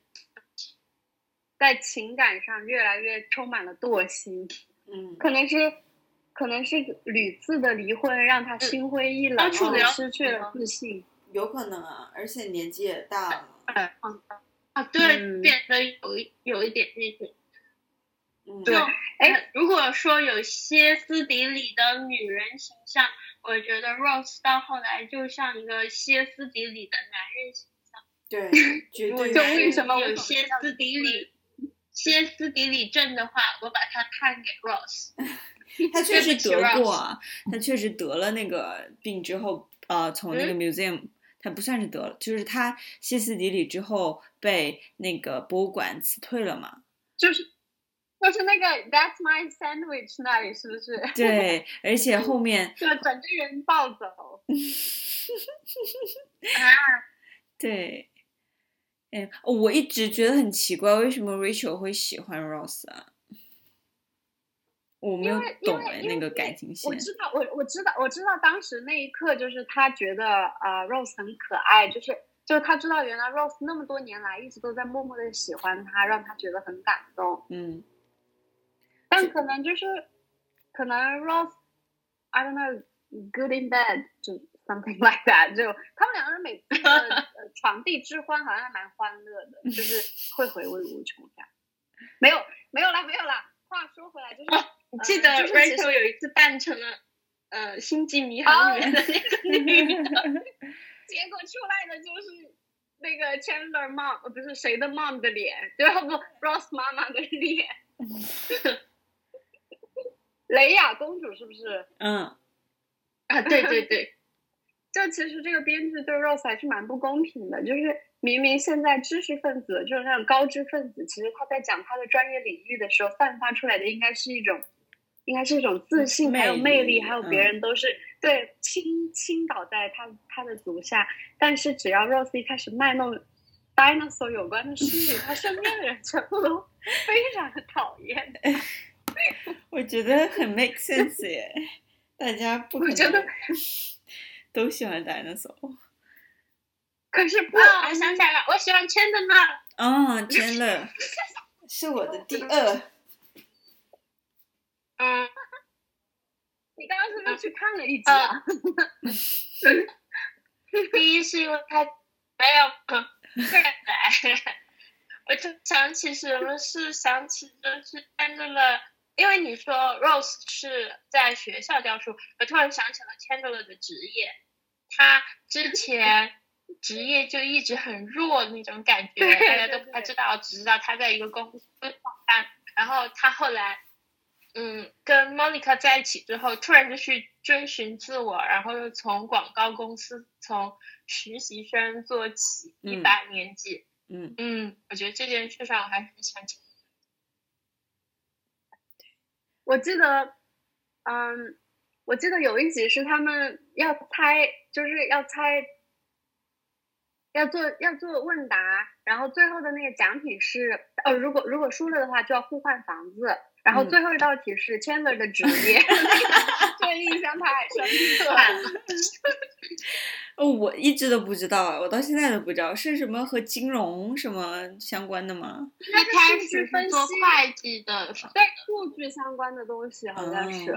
在情感上越来越充满了惰性。可能是屡次的离婚让他心灰意冷，失去了自信。 有可能啊，而且年纪也大了。 对，变得有一点那种。 对， 如果说有歇斯底里的女人形象，我觉得 Rose 到后来就像一个歇斯底里的男人形象。 对，绝我对就为什么有歇斯底里症的话，我把它判给 Ross。 他确实得过啊，他确实得了那个病之后，从那个 museum，他不算是得了，就是他歇斯底里之后被那个博物馆辞退了嘛。 就是那个 That's my sandwich 那里是不是？ 对，而且后面就整个人暴走。 对，我一直觉得很奇怪，为什么 Rachel 会喜欢 Ross 啊？我没有懂那个感情线。 我知道，当时那一刻就是他觉得Rose 很可爱，就是他知道原来 Rose 那么多年来一直都在默默的喜欢他，让他觉得很感动。但可能Rose I don't know good in bed 就 something like that， 就他们两个人每次的床笫之欢好像还蛮欢乐的，就是会回味无穷这样。没有啦。话说回来，就是你记得 Rachel 有一次扮成了星际迷航里面的那个女的， 结果出来的就是那个 Chandler mom 不是谁的 mom 的脸，对吧？不 Ross 妈妈的脸。雷亚公主是不是？ 对。 就其实这个编剧对 Rose 还是蛮不公平的，就是明明现在知识分子就是那种高知分子，其实他在讲他的专业领域的时候散发出来的应该是一种自信，还有魅力，还有别人都是对倾倒在他的足下。但是只要 Rose 一开始卖弄 dinosaur 有关的事情，他身边的人全部都非常的讨厌。 我觉得很 make sense 耶，大家不可能都喜欢 dinosaur。 可是不， 我想起来了，我喜欢 Chandler。 Chandler 是我的第二。 你刚刚是不是去看了一集啊？ 第一是因为他没有我就想起什么事，想起就是 Chandler， 因为你说 Rose 是在学校教书，我突然想起了 Chandler 的职业，他之前职业就一直很弱那种感觉，大家都不太知道，只知道他在一个公司上班，然后他后来跟 Monica 在一起之后，突然就去追寻自我，然后又从广告公司从实习生做起，一把年纪。我觉得这件事上我还是很想讲。 我记得有一集是他们要猜，就是要做问答，然后最后的那个奖品是如果输了的话就要互换房子，然后最后一道题是 Chandler 的职业。这个印象太深刻了。 我一直都不知道，我到现在都不知道是什么和金融什么相关的吗？ 一开始是做会计的， 对数据相关的东西好像是。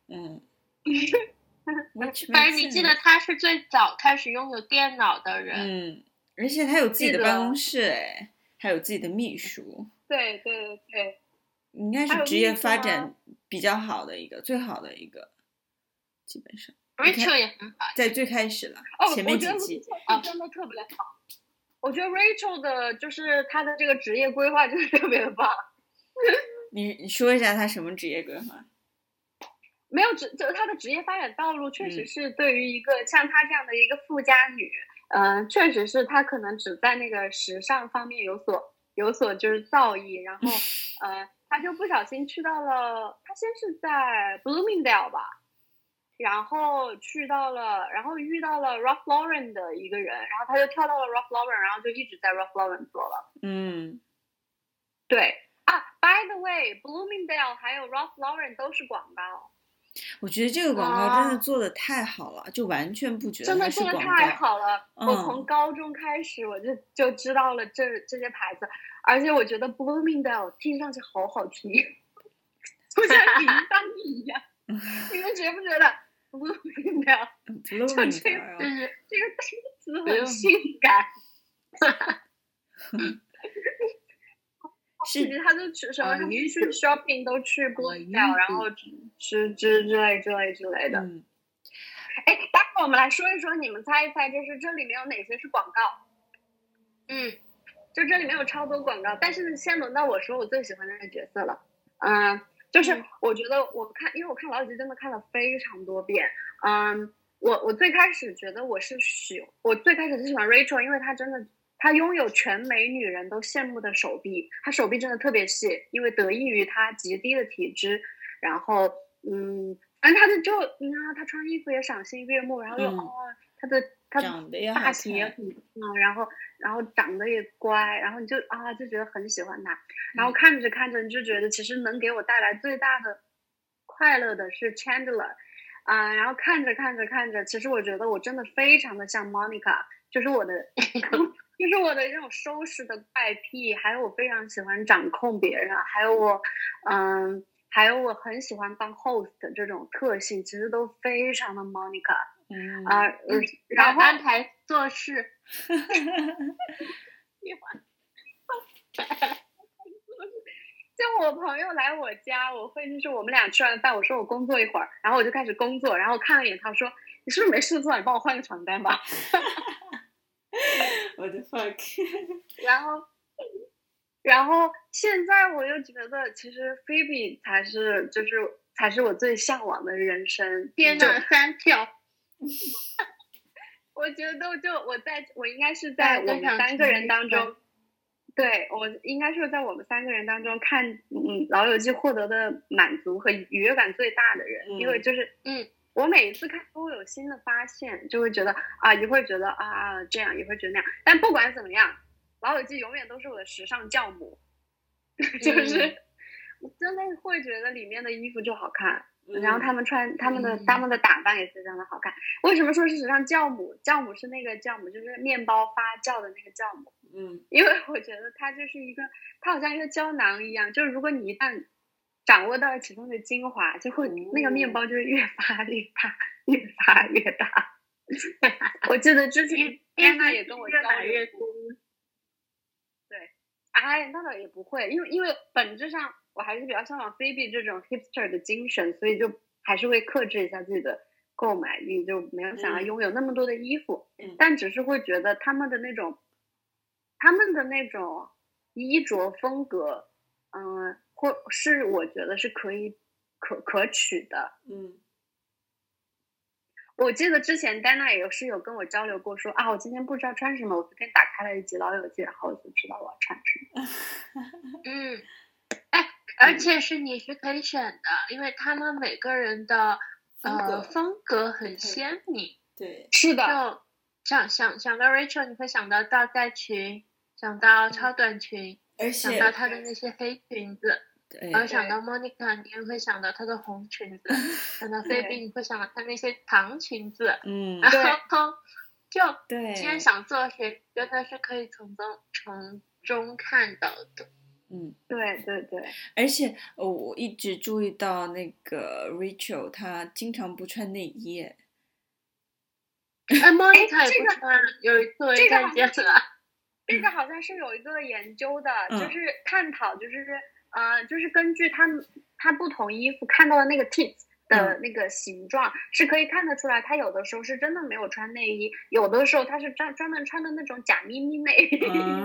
反正你记得他是最早开始拥有电脑的人。 而且他有自己的办公室，还有自己的秘书。 对， 应该是职业发展比较好的一个，最好的一个，基本上。 Rachel 也很好， 在最开始了，前面几季真的特别好。我觉得 Rachel 的就是她的这个职业规划就是特别的棒。 你说一下她什么职业规划？ 没有就她的职业发展道路确实是对于一个像她这样的一个富家女，确实是她可能只在那个时尚方面有所就是造诣，然后她就不小心去到了，她先是在 Bloomingdale 吧。然后然后遇到了 Ralph Lauren 的一个人，然后他就跳到了 Ralph Lauren， 然后就一直在 Ralph Lauren 做了。对by the way Bloomingdale 还有 Ralph Lauren 都是广告。 我觉得这个广告真的做的太好了，就完全不觉得它是广告。 真的做的太好了。我从高中开始我就知道了这些牌子，而且我觉得 Bloomingdale 听上去好好听，就像铃铛一样。你们觉不觉得Bloomingdale 就这个单词很性感。是他就去什么他们去 shopping 都去 Bloomingdale， 然后吃之类的。待会儿我们来说一说，你们猜一猜，就是这里面有哪些是广告？ 就这里面有超多广告，但是先轮到我说我最喜欢的角色了。就是我觉得因为我看老友记真的看了非常多遍。我最开始觉得我最开始是喜欢 Rachel， 因为她拥有全美女人都羡慕的手臂，她手臂真的特别细，因为得益于她极低的体脂，然后反正你看她穿衣服也赏心悦目，然后又她的发型也很然后长得也乖，然后你就觉得很喜欢她，然后看着看着你就觉得其实能给我带来最大的快乐的是 Chandler。然后看着看着看着，其实我觉得我真的非常的像 Monica， 就是我的这种收拾的怪癖，还有我非常喜欢掌控别人，还有我很喜欢当 host 的这种特性，其实都非常的 Monica。然后安排做事。 就我朋友来我家，我会就是我们俩吃完饭，我说我工作一会儿，然后我就开始工作，然后看了一眼他说你是不是没事做，你帮我换个床单吧。 我的 fuck。 然后现在我又觉得其实 Phoebe 才是我最向往的人生。 天哪，3票。 我觉得我应该是在我们3个人当中，对，我应该是在我们3个人当中看老友记获得的满足和愉悦感最大的人。因为就是我每一次看都会有新的发现，就会觉得一会儿觉得这样，一会儿觉得那样，但不管怎么样，老友记永远都是我的时尚教母。就是我真的会觉得里面的衣服就好看，然后他们的打扮也非常的好看。为什么说是时尚教母？教母是那个教母，就是面包发酵的那个教母。因为我觉得它好像一个胶囊一样，就是如果你一旦掌握到其中的精华，就会那个面包就是越发越大，越发越大。我记得之前安娜也跟我交流过。对，那倒也不会，因为本质上我还是比较向往 Phoebe 这种 hipster 的精神，所以就还是会克制一下自己的购买欲，就没有想要拥有那么多的衣服。但只是会觉得他们的那种衣着风格，或是我觉得是可取的。我记得之前丹娜也有跟我交流过说我今天不知道穿什么，我昨天打开了一集老友记，然后我就知道我要穿什么。 而且你是可以选的，因为他们每个人的风格很鲜明。 对， 是的。 就想到 Rachel， 你会想到倒带裙，想到超短裙， 而且想到她的那些黑裙子。 对， 然后想到 Monica， 你也会想到她的红裙子；想到菲比，你会想到她那些长裙子。然后今天想做谁，真的是可以从中看到的。 对对对。 而且我一直注意到那个 Rachel， 她经常不穿内衣。 Monica 也不穿，有一次我也看见了。 这个好像是有一个研究的，就是探讨，就是根据他不同衣服看到的那个 tits 的那个形状，是可以看得出来，他有的时候是真的没有穿内衣，有的时候他是专门穿的那种假咪咪内衣。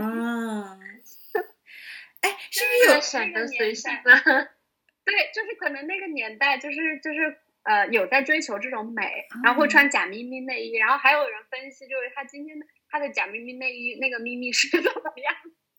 是不是有显得随性呢？ 对，就是可能那个年代就是有在追求这种美，然后会穿假咪咪内衣，然后还有人分析，就是他今天他的假咪咪内衣那个咪咪是怎么样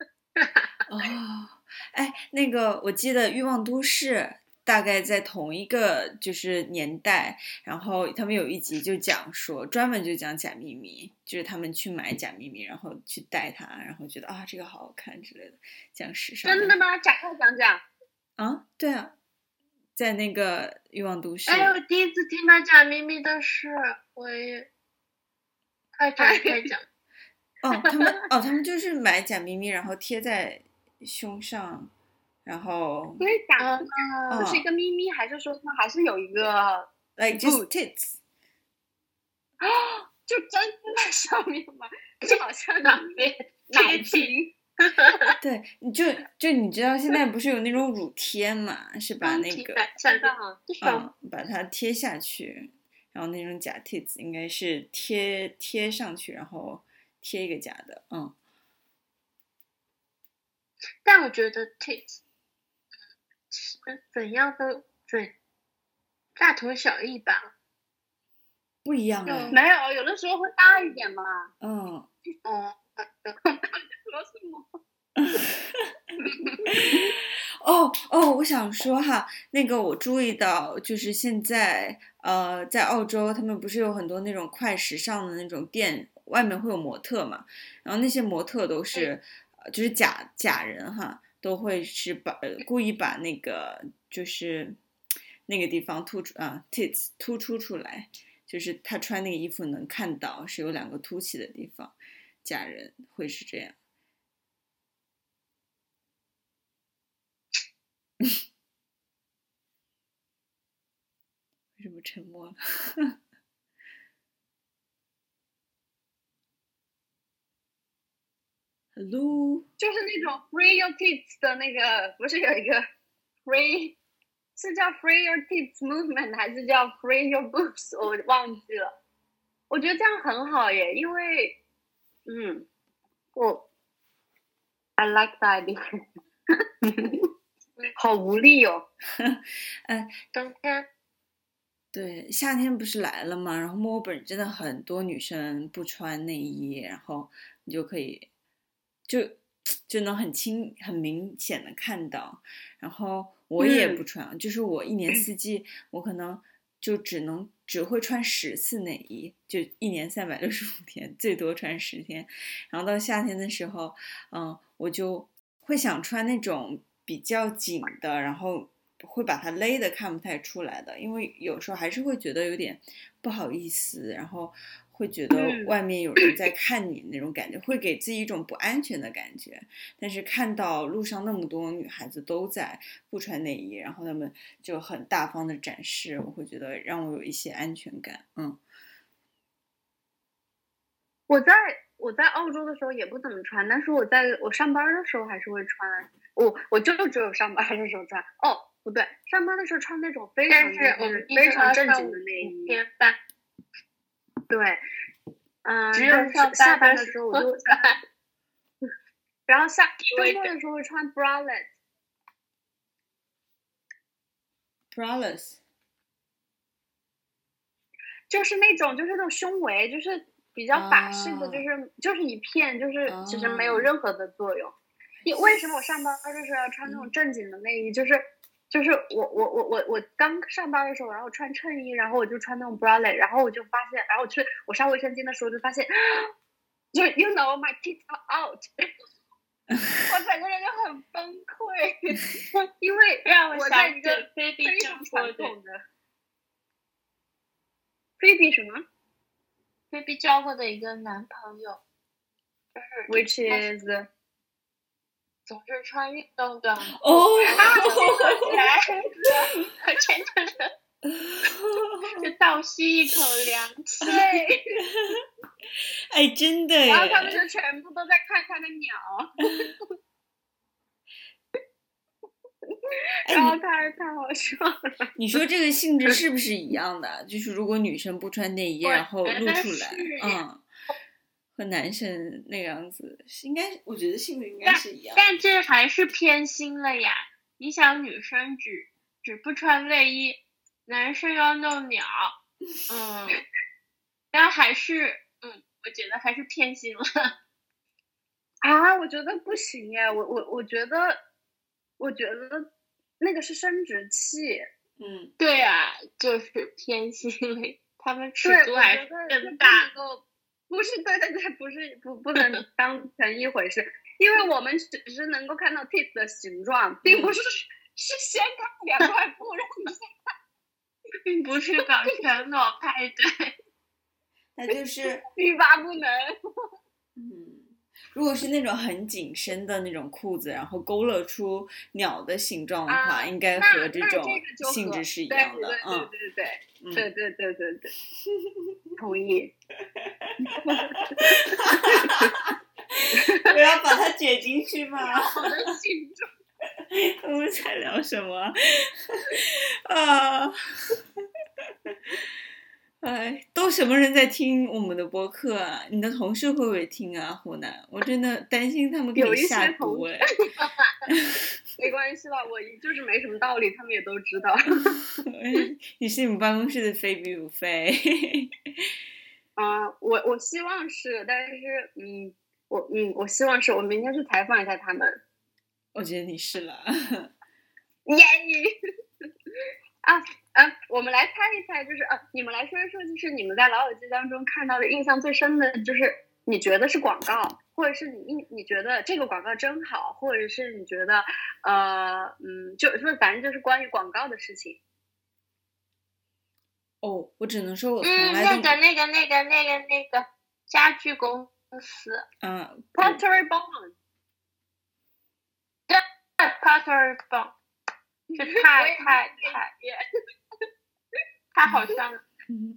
那个我记得《欲望都市》大概在同一个就是年代，然后他们有一集就讲说，专门就讲假咪咪，就是他们去买假咪咪，然后去戴它，然后觉得这个好好看之类的，讲时尚。 真的吗？展开讲讲。 对啊，在那个《欲望都市》。 我第一次听到假咪咪的事，我也快讲。 他们就是买假咪咪，然后贴在胸上，然后所以假是一个咪咪，还是说它还是有一个 like just tits？ 就真在上面吗？就好像奶瓶。 对，就你知道现在不是有那种乳贴嘛？是把那个把它贴下去，然后那种假 tits 应该是贴上去，然后贴一个假的。 但我觉得 tits 其实怎样都大同小异吧。 不一样啊。 没有，有的时候会大一点嘛。 嗯。 说什么？ 我想说哈，那个我注意到，就是现在在澳洲，他们不是有很多那种快时尚的那种店，外面会有模特嘛，然后那些模特都是，就是假人哈，都会是故意把那个就是那个地方tits 突出出来，就是他穿那个衣服能看到是有2个凸起的地方，假人会是这样。为什么沉默了？Hello， 就是那种 free your tits 的那个，不是有一个 free 是叫 free your tits movement 还是叫 free your boobs？ 我忘记了。我觉得这样很好耶，因为I like that idea 。好无力哦。 冬天。 对，夏天不是来了吗？然后墨尔本真的很多女生不穿内衣，然后你就可以就能很明显的看到。然后我也不穿，就是我一年四季我可能就只会穿10次内衣，就一年365天，最多穿10天。然后到夏天的时候，我就会想穿那种比较紧的，然后会把它勒得看不太出来的，因为有时候还是会觉得有点不好意思，然后会觉得外面有人在看你那种感觉，会给自己一种不安全的感觉。但是看到路上那么多女孩子都在不穿内衣，然后她们就很大方的展示，我会觉得让我有一些安全感。 我在澳洲的时候也不怎么穿，但是我上班的时候还是会穿。我就只有上班的时候穿。哦，不对，上班的时候穿那种非常正经的内衣。 天班。 对， 只有下班的时候我就会穿，然后周末的时候会穿 braless。 就是那种胸围，就是比较法式的，就是一片，就是其实没有任何的作用。为什么我上班就是要穿那种正经的内衣？就是我刚上班的时候，然后穿衬衣，然后我就穿那种 bralette， 然后我就发现，然后我上卫生间的时候就发现，就 you know my tits are out， 我整个人就很崩溃，因为我在一个非常传统的。菲比什么？ 菲比交过的一个男朋友，就是 which is 总是穿运动短裤。 起来， 真的就倒吸一口凉气。 哎，真的耶。 然后他们就全部都在看他的鸟。然后太好笑了。 你说这个性质是不是一样的？就是如果女生不穿内衣，然后露出来，和男生那个样子，我觉得性质应该是一样的。 但这还是偏心了呀！你想，女生只不穿内衣，男生要弄鸟，但还是我觉得还是偏心了。 啊，我觉得不行耶！我觉得那个是生殖器。 对啊，就是偏心了。他们尺度还是更大。 不是，对，不能当成一回事，因为我们只是能够看到 tits 的形状，并不是掀开2块布让你看， 并不是搞全裸派对， 那就是欲罢不能。 如果是那种很紧身的那种裤子，然后勾勒出鸟的形状的话，应该和这种性质是一样的。 对，同意。 我要把它剪进去吗？ 好的形状。 我们在聊什么啊？哎，都都什么人在听我们的播客啊？你的同事会不会听啊？湖南，我真的担心他们给你下毒哎。 没关系吧，我就是没什么道理，他们也都知道。 你是你们办公室的非比鲁非。 我希望是，但是我希望是，我明天去采访一下他们。 我觉得你是了。 耶！我们来猜一猜，就是你们来说一说，就是你们在老友记当中看到的印象最深的，就是你觉得是广告，或者是你觉得这个广告真好，或者是你觉得就是反正就是关于广告的事情。 哦，我只能说我从来都那个家具公司 Pottery Barn， 对 Pottery Barn， 这太好笑了。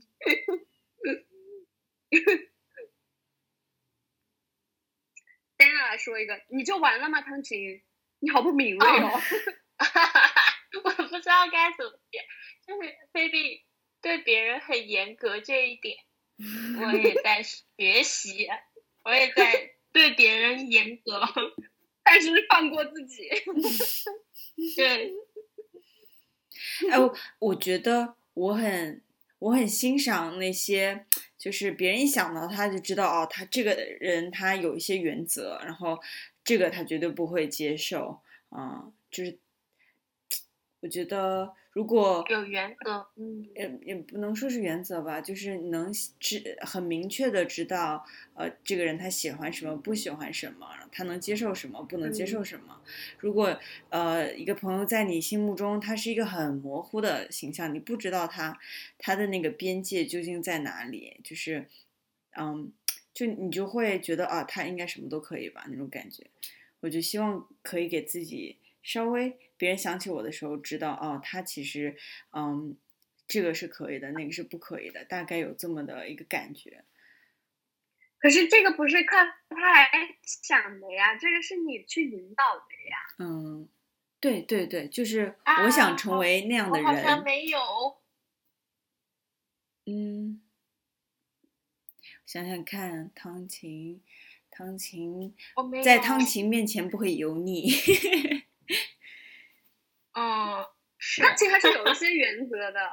丹娜来说一个，你就完了吗？汤琴，你好不敏锐哦。 我不知道该怎么讲，就是菲比对别人很严格这一点，我也在学习，我也在对别人严格， 但是放过自己。 对。 我觉得我很欣赏那些，就是别人一想到他就知道哦，他这个人他有一些原则，然后这个他绝对不会接受就是我觉得如果有原则， 也不能说是原则吧，就是能很明确的知道这个人他喜欢什么，不喜欢什么，他能接受什么，不能接受什么。如果一个朋友在你心目中他是一个很模糊的形象，你不知道他的那个边界究竟在哪里，就是就你就会觉得他应该什么都可以吧那种感觉。我就希望可以给自己稍微别人想起我的时候知道他其实这个是可以的，那个是不可以的，大概有这么的一个感觉。 可是这个不是靠他来想的呀，这个是你去引导的呀。 对对对，就是我想成为那样的人。 我好像没有。 想想看，汤琴在汤琴面前不会油腻。 汤琴还是有一些原则的。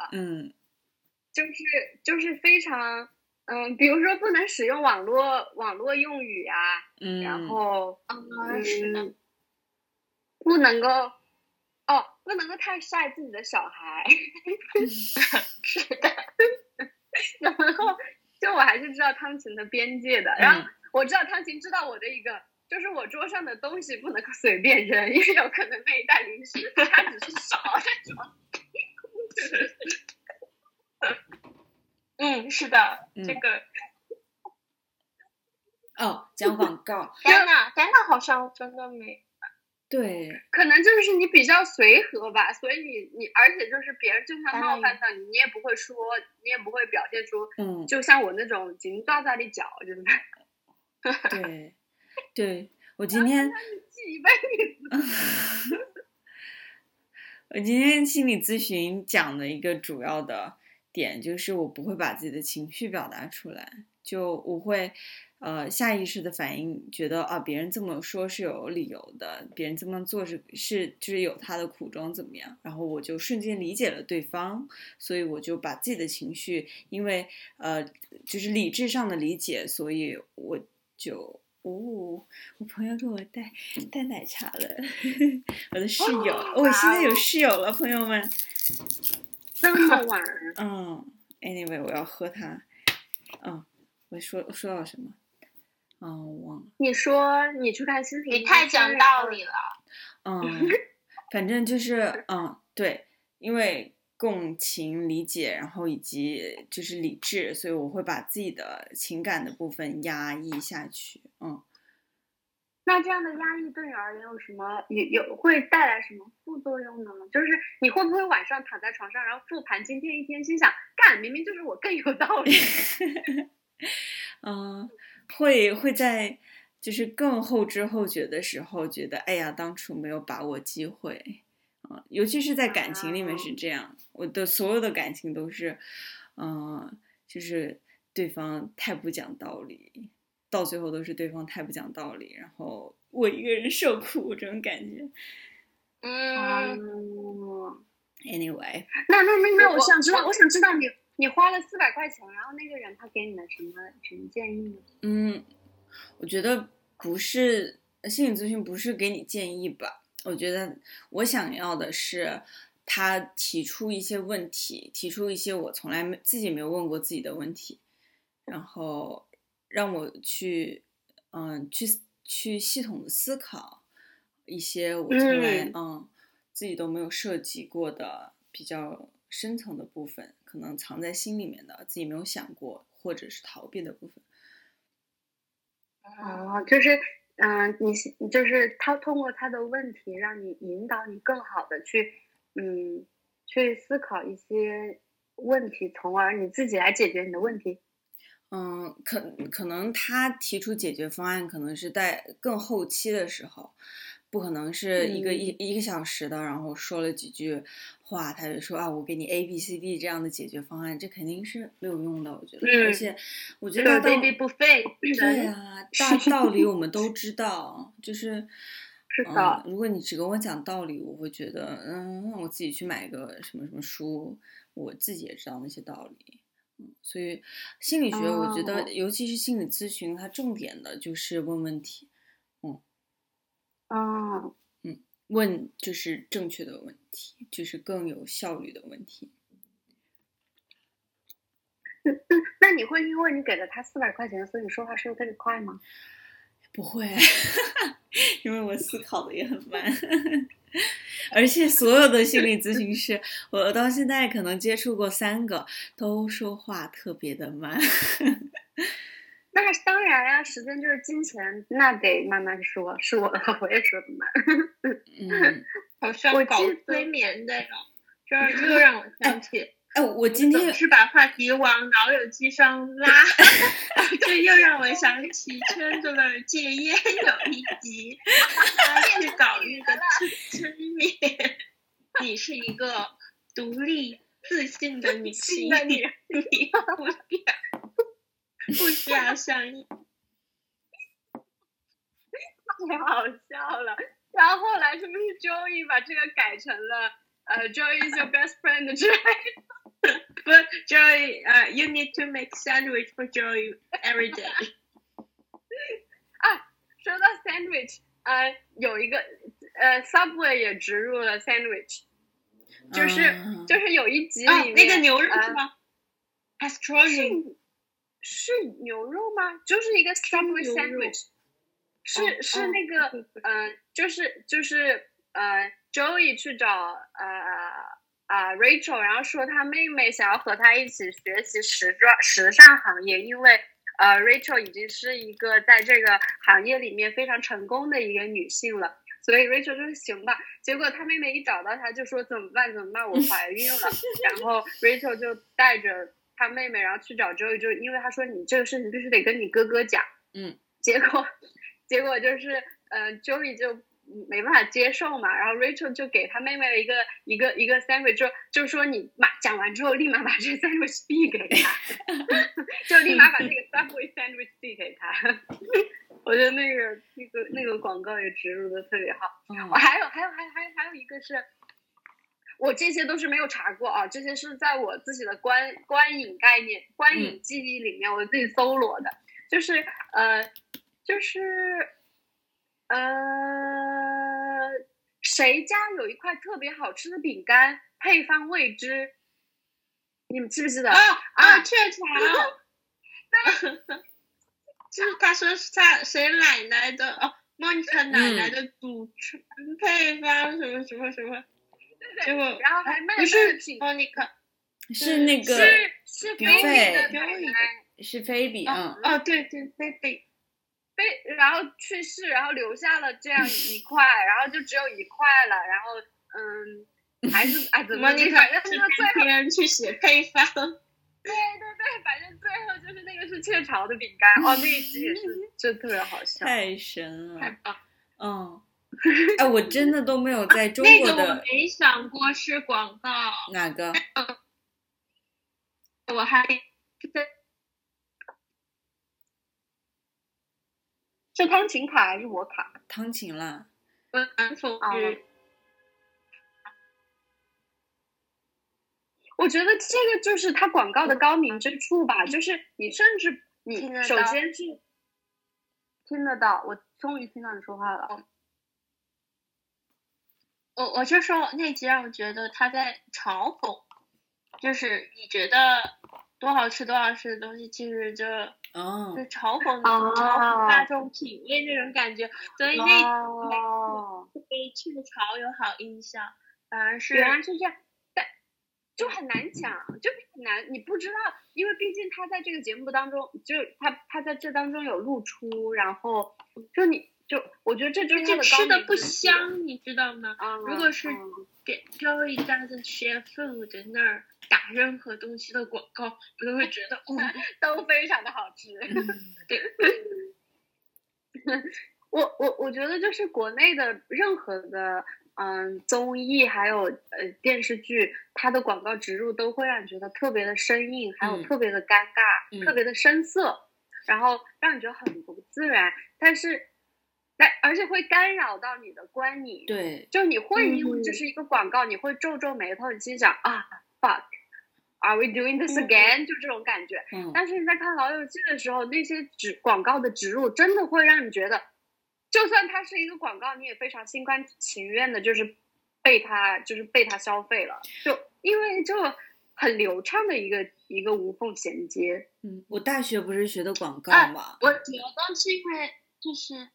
就是非常比如说不能使用网络用语啊，然后是的， 不能够太晒自己的小孩。 是的。 然后就我还是知道汤琴的边界的，然后我知道汤琴知道我的一个，就是我桌上的东西不能够随便扔，因为有可能那一袋零食它只是少那种。 是的，这个。 讲广告。 丹娜好像真的没。 对， 可能就是你比较随和吧，所以你而且就是别人就算冒犯到你，你也不会说，你也不会表现出，就像我那种紧抓在你脚，就是。 对，我今天。我今天心理咨询讲的一个主要的点就是我不会把自己的情绪表达出来，就我会下意识的反应，觉得别人这么说是有理由的，别人这么做就是有他的苦衷怎么样，然后我就瞬间理解了对方，所以我就把自己的情绪，因为就是理智上的理解，所以我就我朋友给我带奶茶了。我的室友，我现在有室友了，朋友们。 这么晚。 anyway 我要喝它。我说到什么？我忘了。 你说你去看心理， 你太讲道理了。 反正就是对，因为共情理解，然后以及就是理智，所以我会把自己的情感的部分压抑下去。 那这样的压抑对你而言有什么会带来什么副作用呢？就是你会不会晚上躺在床上，然后复盘今天一天，心想明明就是我更有道理。 会在就是更后知后觉的时候觉得哎呀当初没有把握机会。尤其是在感情里面是这样，我的所有的感情都是就是对方太不讲道理，到最后都是对方太不讲道理，然后我一个人受苦这种感觉。Anyway， 那我想知道你花了400块钱，然后那个人他给你的什么建议呢？ 我觉得不是心理咨询，不是给你建议吧。我觉得我想要的是他提出一些问题，提出一些我从来自己没有问过自己的问题，然后让我去系统的思考一些我从来自己都没有涉及过的比较深层的部分，可能藏在心里面的自己没有想过或者是逃避的部分。 就是你就是他通过他的问题让你引导你更好的去思考一些问题，从而你自己来解决你的问题。 可能他提出解决方案可能是在更后期的时候，不可能是一个小时的，然后说了几句话他就说我给你 ABCD 这样的解决方案，这肯定是没有用的，我觉得。而且我觉得 baby 不废。 对啊，大道理我们都知道，就是的。 如果你只跟我讲道理，我会觉得我自己去买个什么什么书，我自己也知道那些道理。所以心理学我觉得尤其是心理咨询它重点的就是问问题。问就是正确的问题，就是更有效率的问题。 那你会因为你给了他400块钱，所以你说话说得特别快吗？ 不会，因为我思考的也很慢。而且所有的心理咨询师，我到现在可能接触过3个，都说话特别的慢。 那当然呀，时间就是金钱，那得慢慢说。是我也说的慢。 好像搞催眠的呀，这又让我想起。 我今天是把话题往老友记上拉，这又让我想起圈子的戒烟有一集，他去搞一个催眠。你是一个独立自信的女性，你不需要像你。 太好笑了。然后后来是不是 Joey 把这个改成了Joey is your best friend 之类的 ？But Joey, you need to make sandwich for Joey every day. 说到 sandwich， 有一个Subway 也植入了 sandwich， 就是有一集里面那个牛肉是吗？Australian 是牛肉吗？就是一个 Subway sandwich， 是那个就是Joey 去找Rachel， 然后说他妹妹想要和他一起学习时尚行业，因为Rachel 已经是一个在这个行业里面非常成功的一个女性了，所以 Rachel 就说行吧。结果他妹妹一找到他就说怎么办，我怀孕了。然后 Rachel 就带着他妹妹然后去找 Joey， 就因为他说你这个事情必须得跟你哥哥讲。结果就是Joey 就没办法接受嘛，然后 Rachel 就给他妹妹了一个 sandwich， 就说你讲完之后立马把这个 sandwich 递给他，就立马把这个 Subway sandwich 递给他。我觉得那个广告也植入的特别好。还有一个是，我这些都是没有查过啊，这些是在我自己的观影概念、观影记忆里面我自己搜罗的，就是谁家有一块特别好吃的饼干，配方未知，你们记不记得？ 雀巢。就是他说是谁奶奶的Monica 奶奶的祖传配方什么什么什么， 结果然后还卖不是 Monica， 是那个是菲比的奶奶， 是菲比对菲比。 然后去世，然后留下了这样一块，然后就只有一块了，然后还是怎么你反正是别人去写配方。 对，反正最后就是那个是雀巢的饼干。那一集也是真特别好笑， 太神了， 太棒。 我真的都没有在中国的。 那个我没想过是广告。 哪个？ 我还是汤勤卡还是我卡？ 汤勤啦。 我觉得这个就是它广告的高明之处吧，就是你甚至你首先是听得到，我终于听到你说话了。 我就说那集让我觉得他在嘲讽，就是你觉得多好吃的东西，其实就嘲讽大众品味那种感觉，所以那对雀巢有好印象，反而是原来是这样，但就很难讲，就很难，你不知道，因为毕竟他在这个节目当中，就他在这当中有露出，然后就我觉得这就是他的吃的不香，你知道吗？如果是给 Joey doesn't share food 那儿打任何东西的广告，我都会觉得都非常的好吃。 对， 我觉得就是国内的任何的综艺还有电视剧，它的广告植入都会让你觉得特别的生硬，还有特别的尴尬，特别的生涩，然后让你觉得很不自然，而且会干扰到你的观影。 对， 就你会因为这是一个广告，你会皱皱眉头，你心想fuck are we doing this again，就这种感觉。但是你在看《老友记》的时候，那些广告的植入真的会让你觉得，就算它是一个广告，你也非常心甘情愿的，就是被它消费了，就因为就很流畅的一个无缝衔接。 我大学不是学的广告嘛， 我觉得是因为就是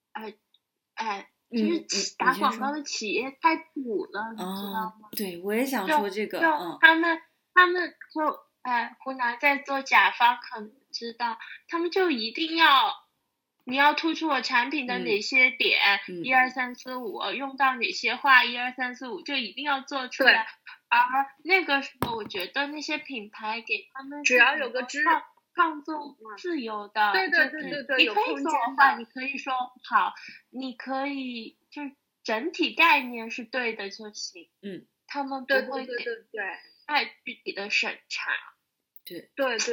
就是打广告的企业太土了，你知道吗？ 对，我也想说这个。 他们就湖南在做甲方可能知道，他们就一定要你要突出我产品的哪些点，1、2、3、4、5，用到哪些话，1、2、3、4、5，就一定要做出来。而那个时候，我觉得那些品牌给他们只要有个创作自由的， 对， 你可以说话，你可以说好，你可以就是整体概念是对的就行。他们不会给太具体的审查。 对，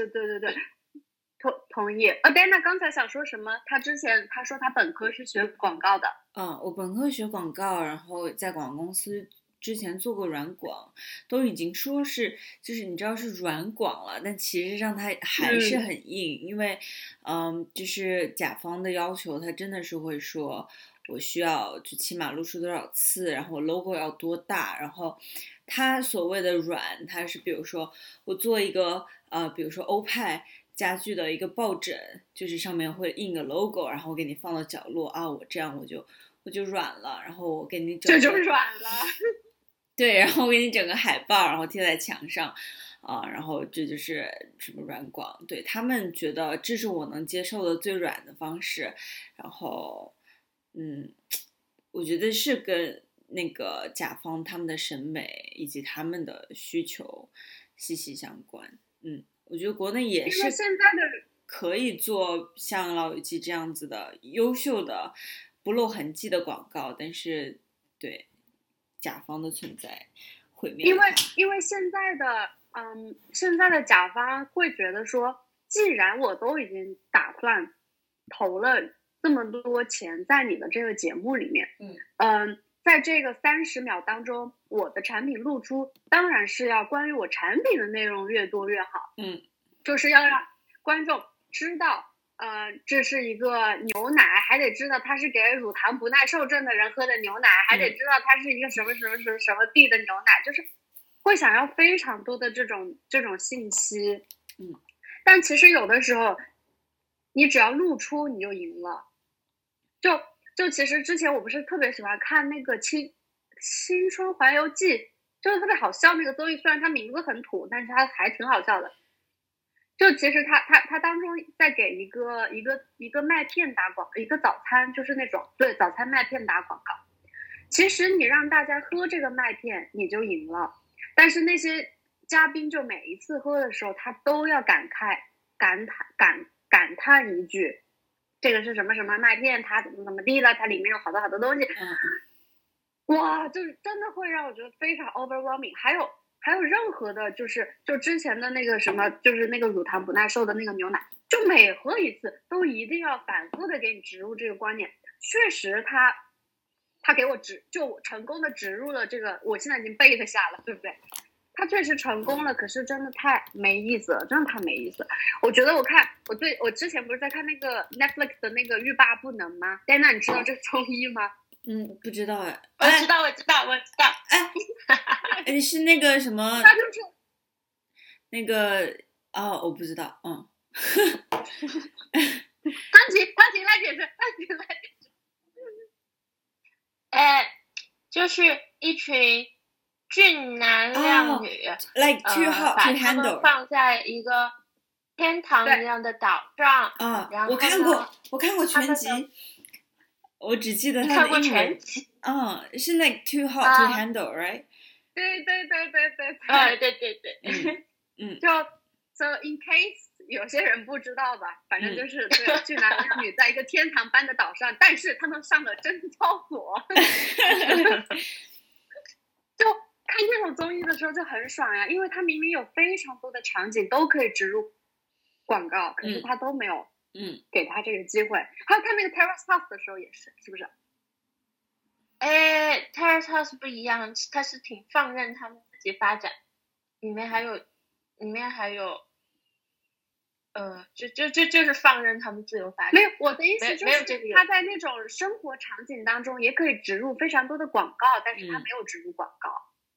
同意。Dana 刚才想说什么？他说他本科是学广告的。 我本科学广告，然后在广告公司之前做过软广，都已经说是就是你知道是软广了，但其实上它还是很硬，因为就是甲方的要求，他真的是会说我需要就起码露出多少次，然后 logo 要多大，然后他所谓的软，他是比如说我做一个比如说欧派家具的一个抱枕，就是上面会印个 logo， 然后我给你放到角落我这样我就软了，然后我给你整这就软了。 对，然后我给你整个海报，然后贴在墙上，然后这就是什么软广，对，他们觉得这是我能接受的最软的方式，然后，我觉得是跟那个甲方他们的审美以及他们的需求息息相关，我觉得国内也是现在的可以做像老友记这样子的优秀的不露痕迹的广告，但是对。甲方的存在毁灭， 因为现在的甲方会觉得说，既然我都已经打算投了这么多钱在你的这个节目里面，在这个30秒当中，我的产品露出当然是要关于我产品的内容越多越好，就是要让观众知道。这是一个牛奶，还得知道它是给乳糖不耐受症的人喝的牛奶，还得知道它是一个什么地的牛奶，就是会想要非常多的这种信息。但其实有的时候，你只要露出你就赢了。就其实之前我不是特别喜欢看那个青春环游记，就是特别好笑那个综艺，虽然它名字很土，但是它还挺好笑的。就其实他当中在给一个麦片打广告，一个早餐就是那种早餐麦片打广告。其实你让大家喝这个麦片你就赢了，但是那些嘉宾就每一次喝的时候他都要感叹一句，这个是什么什么麦片，它怎么地了，它里面有好多东西。哇，就是真的会让我觉得非常 overwhelming。还有任何的就之前的那个什么，就是那个乳糖不耐受的那个牛奶， 就每喝一次都一定要反复的给你植入这个观念。确实他给我就成功的植入了这个，我现在已经背得下了，对不对？他确实成功了，可是真的太没意思了，真的太没意思了。我觉得我之前不是在看那个 Netflix 的那个欲罢不能吗？戴娜，你知道这个综艺吗？ 不知道哎。 我知道。 哎，是那个什么？ 他就是那个我不知道。 康琴来解释， 就是一群俊男靓女 ，like too hot to 把他们 handle， 放在一个天堂一样的岛上。然后我看过全集，我只记得他的英文。 是 like too hot to handle，right？ 对。So in case 有些人不知道吧，反正就是对俊男靓女在一个天堂般的岛上，但是他们上了贞操所。就看这种综艺的时候就很爽呀，因为它明明有非常多的场景都可以植入广告，可是他都没有给他这个机会。还有看那个 Terrace House 的时候也是，是不是 ？Terrace House 不一样，它是挺放任他们自己发展，里面还有就是放任他们自由发展。 没有，我的意思就是他在那种生活场景当中也可以植入非常多的广告，但是他没有植入广告。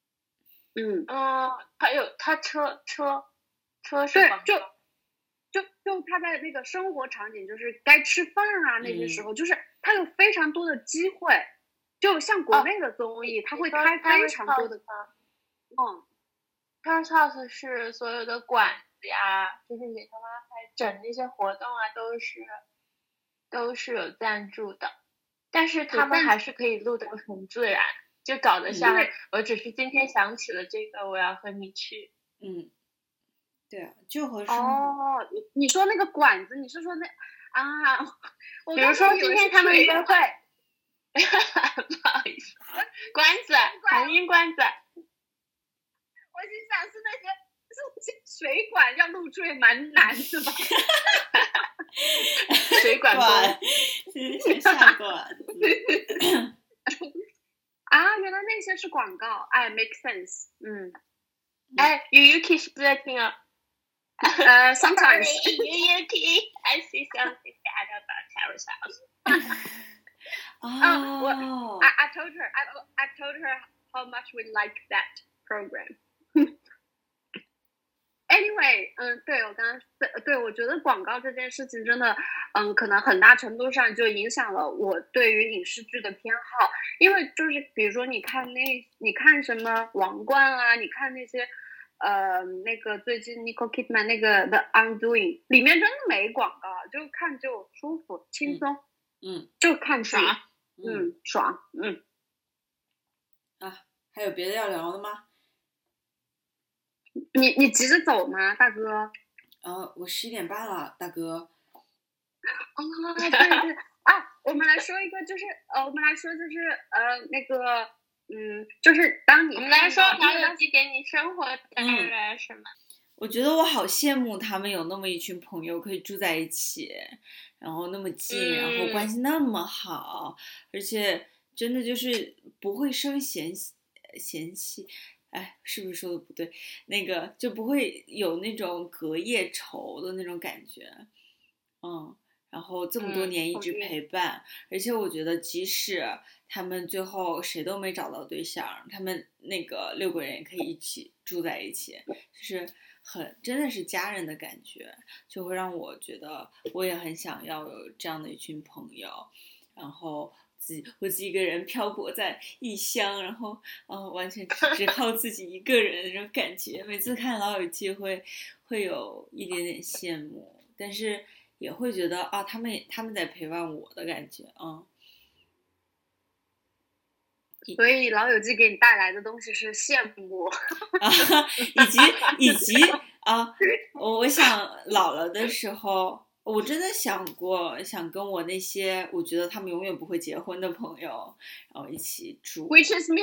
还有他车是广告。 就他在那个生活场景，就是该吃饭啊那些时候，就是他有非常多的机会，就像国内的综艺，他会开非常多的。 Terrace House 是所有的馆子呀，就是给他们整那些活动啊，都是有赞助的，但是他们还是可以录得很自然，就搞得像我只是今天想起了这个，我要和你去。 对啊，就和生活。 你说那个馆子，你是说那比如说今天他们约会，不好意思，馆子，红音馆子。 我心想是那些水管要入住也蛮难的吧？ 水管工，下馆子。 原来那些是广告，make sense。 Yuki splitting up。 Sometimes Yuki, I see something bad about Terrace House. I told her how much we like that program. Anyway， 我觉得广告这件事情真的，可能很大程度上就影响了我对于影视剧的偏好，因为就是比如说你看什么王冠啊，你看那些那个最近 Nicole Kidman 那个 The Undoing 里面真的没广告，就看就舒服轻松，就看爽，爽， 还有别的要聊的吗？ 你急着走吗，大哥？ 我11点半了，大哥。 对我们来说一个，就是那个，就是当你我们来说老友记给你生活带来什么？ 我觉得我好羡慕他们有那么一群朋友可以住在一起，然后那么近，然后关系那么好，而且真的就是不会生嫌隙。是不是说的不对？那个就不会有那种隔夜仇的那种感觉，然后这么多年一直陪伴，而且我觉得即使他们最后谁都没找到对象，他们那个6个人也可以一起住在一起，就是真的是家人的感觉，就会让我觉得我也很想要有这样的一群朋友，然后我自己一个人漂泊在异乡，然后完全只靠自己一个人的那种感觉。每次看老友记会有一点点羡慕，但是也会觉得他们在陪伴我的感觉所以老友记给你带来的东西是羡慕以及我想老了的时候。我真的想过，想跟我那些我觉得他们永远不会结婚的朋友，然后一起住。 Which is me 。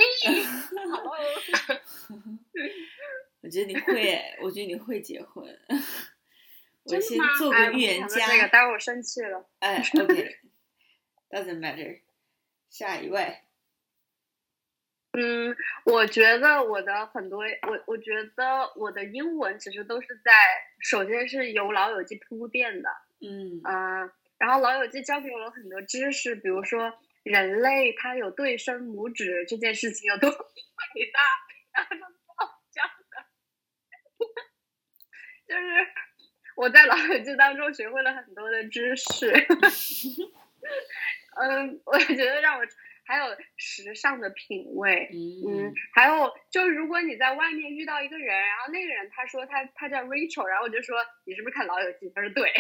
我觉得你会，我觉得你会结婚。 我先做个预言家。 这个，待会儿我生气了。 哎 ，OK，doesn't matter。下一位。 我觉得我的很多，我觉得我的英文其实都是在，首先是由老友记铺垫的，然后老友记教给我了很多知识，比如说人类它有对生拇指这件事情有多伟大，然后讲的，就是我在老友记当中学会了很多的知识，我觉得让我。还有时尚的品味，还有就如果你在外面遇到一个人，然后那个人他说他叫 Rachel， 然后我就说你是不是看老友记？他说对，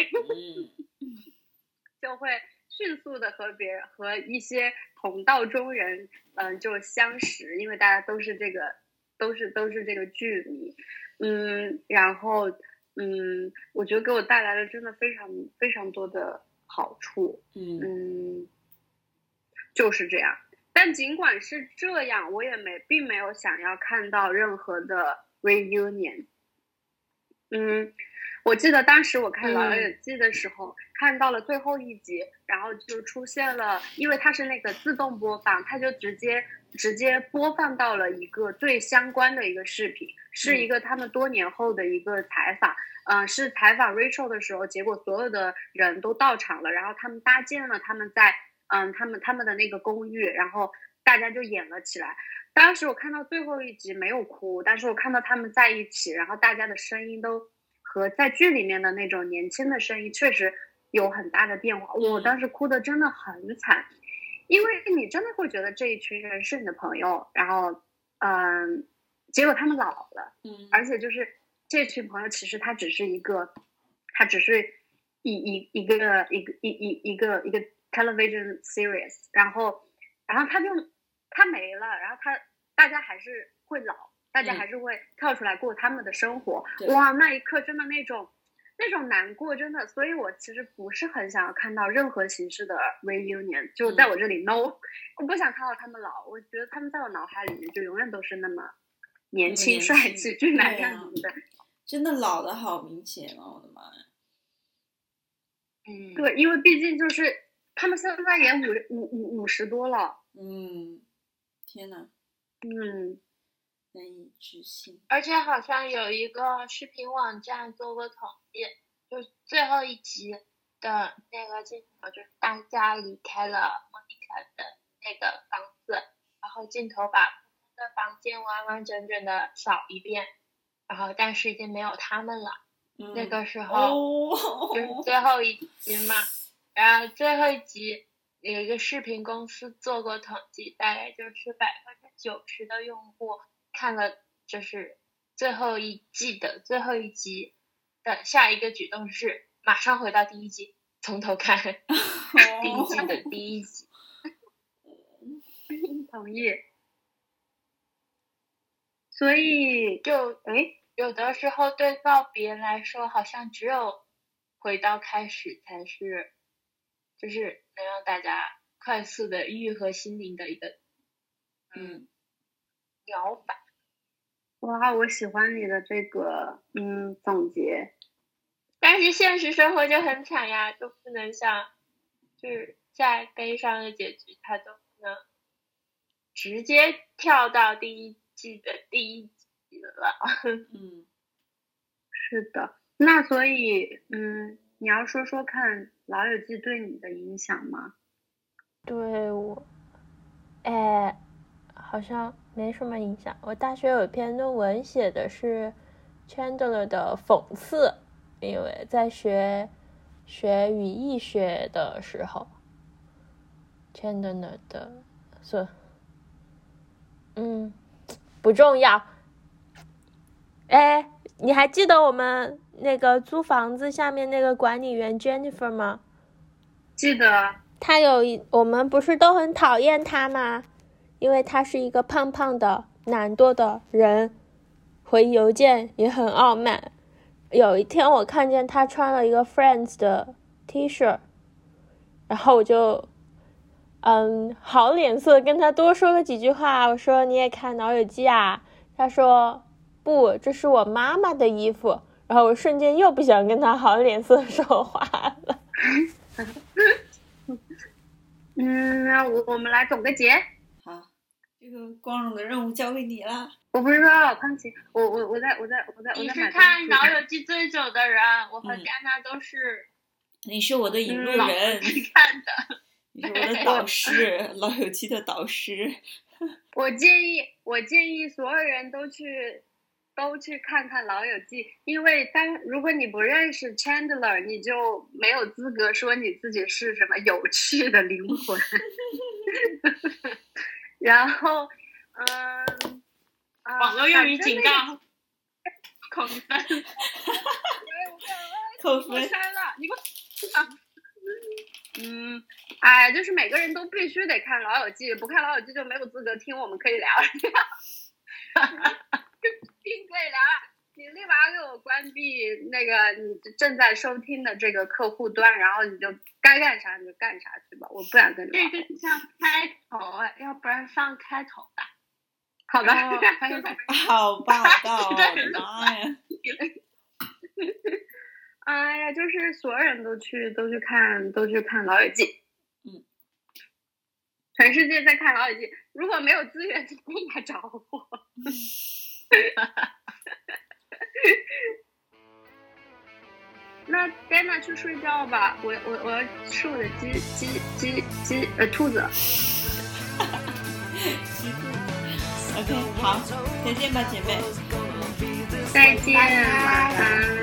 就会迅速的和一些同道中人，就相识，因为大家都是这个剧迷，然后我觉得给我带来了真的非常非常多的好处，就是这样。但尽管是这样，我也并没有想要看到任何的 reunion。我记得当时我看《老友记》的时候，看到了最后一集，然后就出现了，因为它是那个自动播放，它就直接播放到了一个最相关的一个视频，是一个他们多年后的一个采访，是采访 Rachel 的时候，结果所有的人都到场了，然后他们搭建了他们在他们的那个公寓，然后大家就演了起来。当时我看到最后一集没有哭，但是我看到他们在一起，然后大家的声音都和在剧里面的那种年轻的声音确实有很大的变化。我当时哭的真的很惨，因为你真的会觉得这一群人是你的朋友，然后结果他们老了，而且就是这群朋友其实他只是一个 television series， 然后他没了，然后大家还是会老，大家还是会跳出来过他们的生活。哇，那一刻真的那种难过，真的，所以我其实不是很想要看到任何形式的 reunion， 就在我这里 no，我不想看到他们老，我觉得他们在我脑海里面就永远都是那么年轻帅气俊男靓女的， 真的老的好明显哦，我的妈呀！ 对，因为毕竟就是他们现在也50多了， 天哪，难以置信。 而且好像有一个视频网站做过统计，就最后一集的那个镜头，就是大家离开了莫妮卡的那个房子，然后镜头把普通的房间完完整整的扫一遍，然后但是已经没有他们了。那个时候就是最后一集嘛，然后最后一集有一个视频公司做过统计，大概就是90%的用户看了就是最后一季的最后一集的下一个举动是马上回到第一集从头看第一季的第一集。 同意。所以有的时候对告别来说，好像只有回到开始才是，就是能让大家快速的愈合心灵的一个疗法。 哇，我喜欢你的这个总结。 但是现实生活就很惨呀，就不能像就是再悲伤的结局，它都不能直接跳到第一季的第一集了。 是的，那所以你要说说看《老友记》对你的影响吗？ 对我好像没什么影响。我大学有一篇论文写的是 Chandler 的讽刺，因为在学语义学的时候 Chandler 的不重要。你还记得我们那个租房子下面那个管理员 Jennifer 吗？ 记得。 我们不是都很讨厌他吗？因为他是一个胖胖的懒惰的人，回邮件也很傲慢。有一天我看见他穿了一个 Friends 的 T 恤，然后我就好脸色跟他多说了几句话。我说你也看老友记啊？他说不，这是我妈妈的衣服。 然后我瞬间又不想跟他好脸色说话了。 那我们来总个结。 好，这个光荣的任务交给你了。 我不知道，康琪，我在你是看《老友记》最久的人，我和丹娜都是。 你是我的引路人， 看的。 你是我的导师，《老友记》的导师。 我建议所有人都去看看《老友记》，因为如果你不认识 Chandler， 你就没有资格说你自己是什么有趣的灵魂。然后， 网络用语警告，扣分。 扣分。 我删了，你给我。就是每个人都必须得看《老友记》，不看《老友记》就没有资格听我们可以聊并可以聊。你立马给我关闭那个你正在收听的这个客户端，然后你就该干啥你就干啥去吧，我不想跟你玩。这个像开头要不然放开头吧。 好吧， 好霸道，妈呀！ 哎呀，就是所有人都去看《老友记》。全世界在看《老友记》，如果没有资源，就不来找我。那丹娜去睡觉吧，我要吃我的兔子。 OK， 好，再见吧，姐妹。 再见，晚安。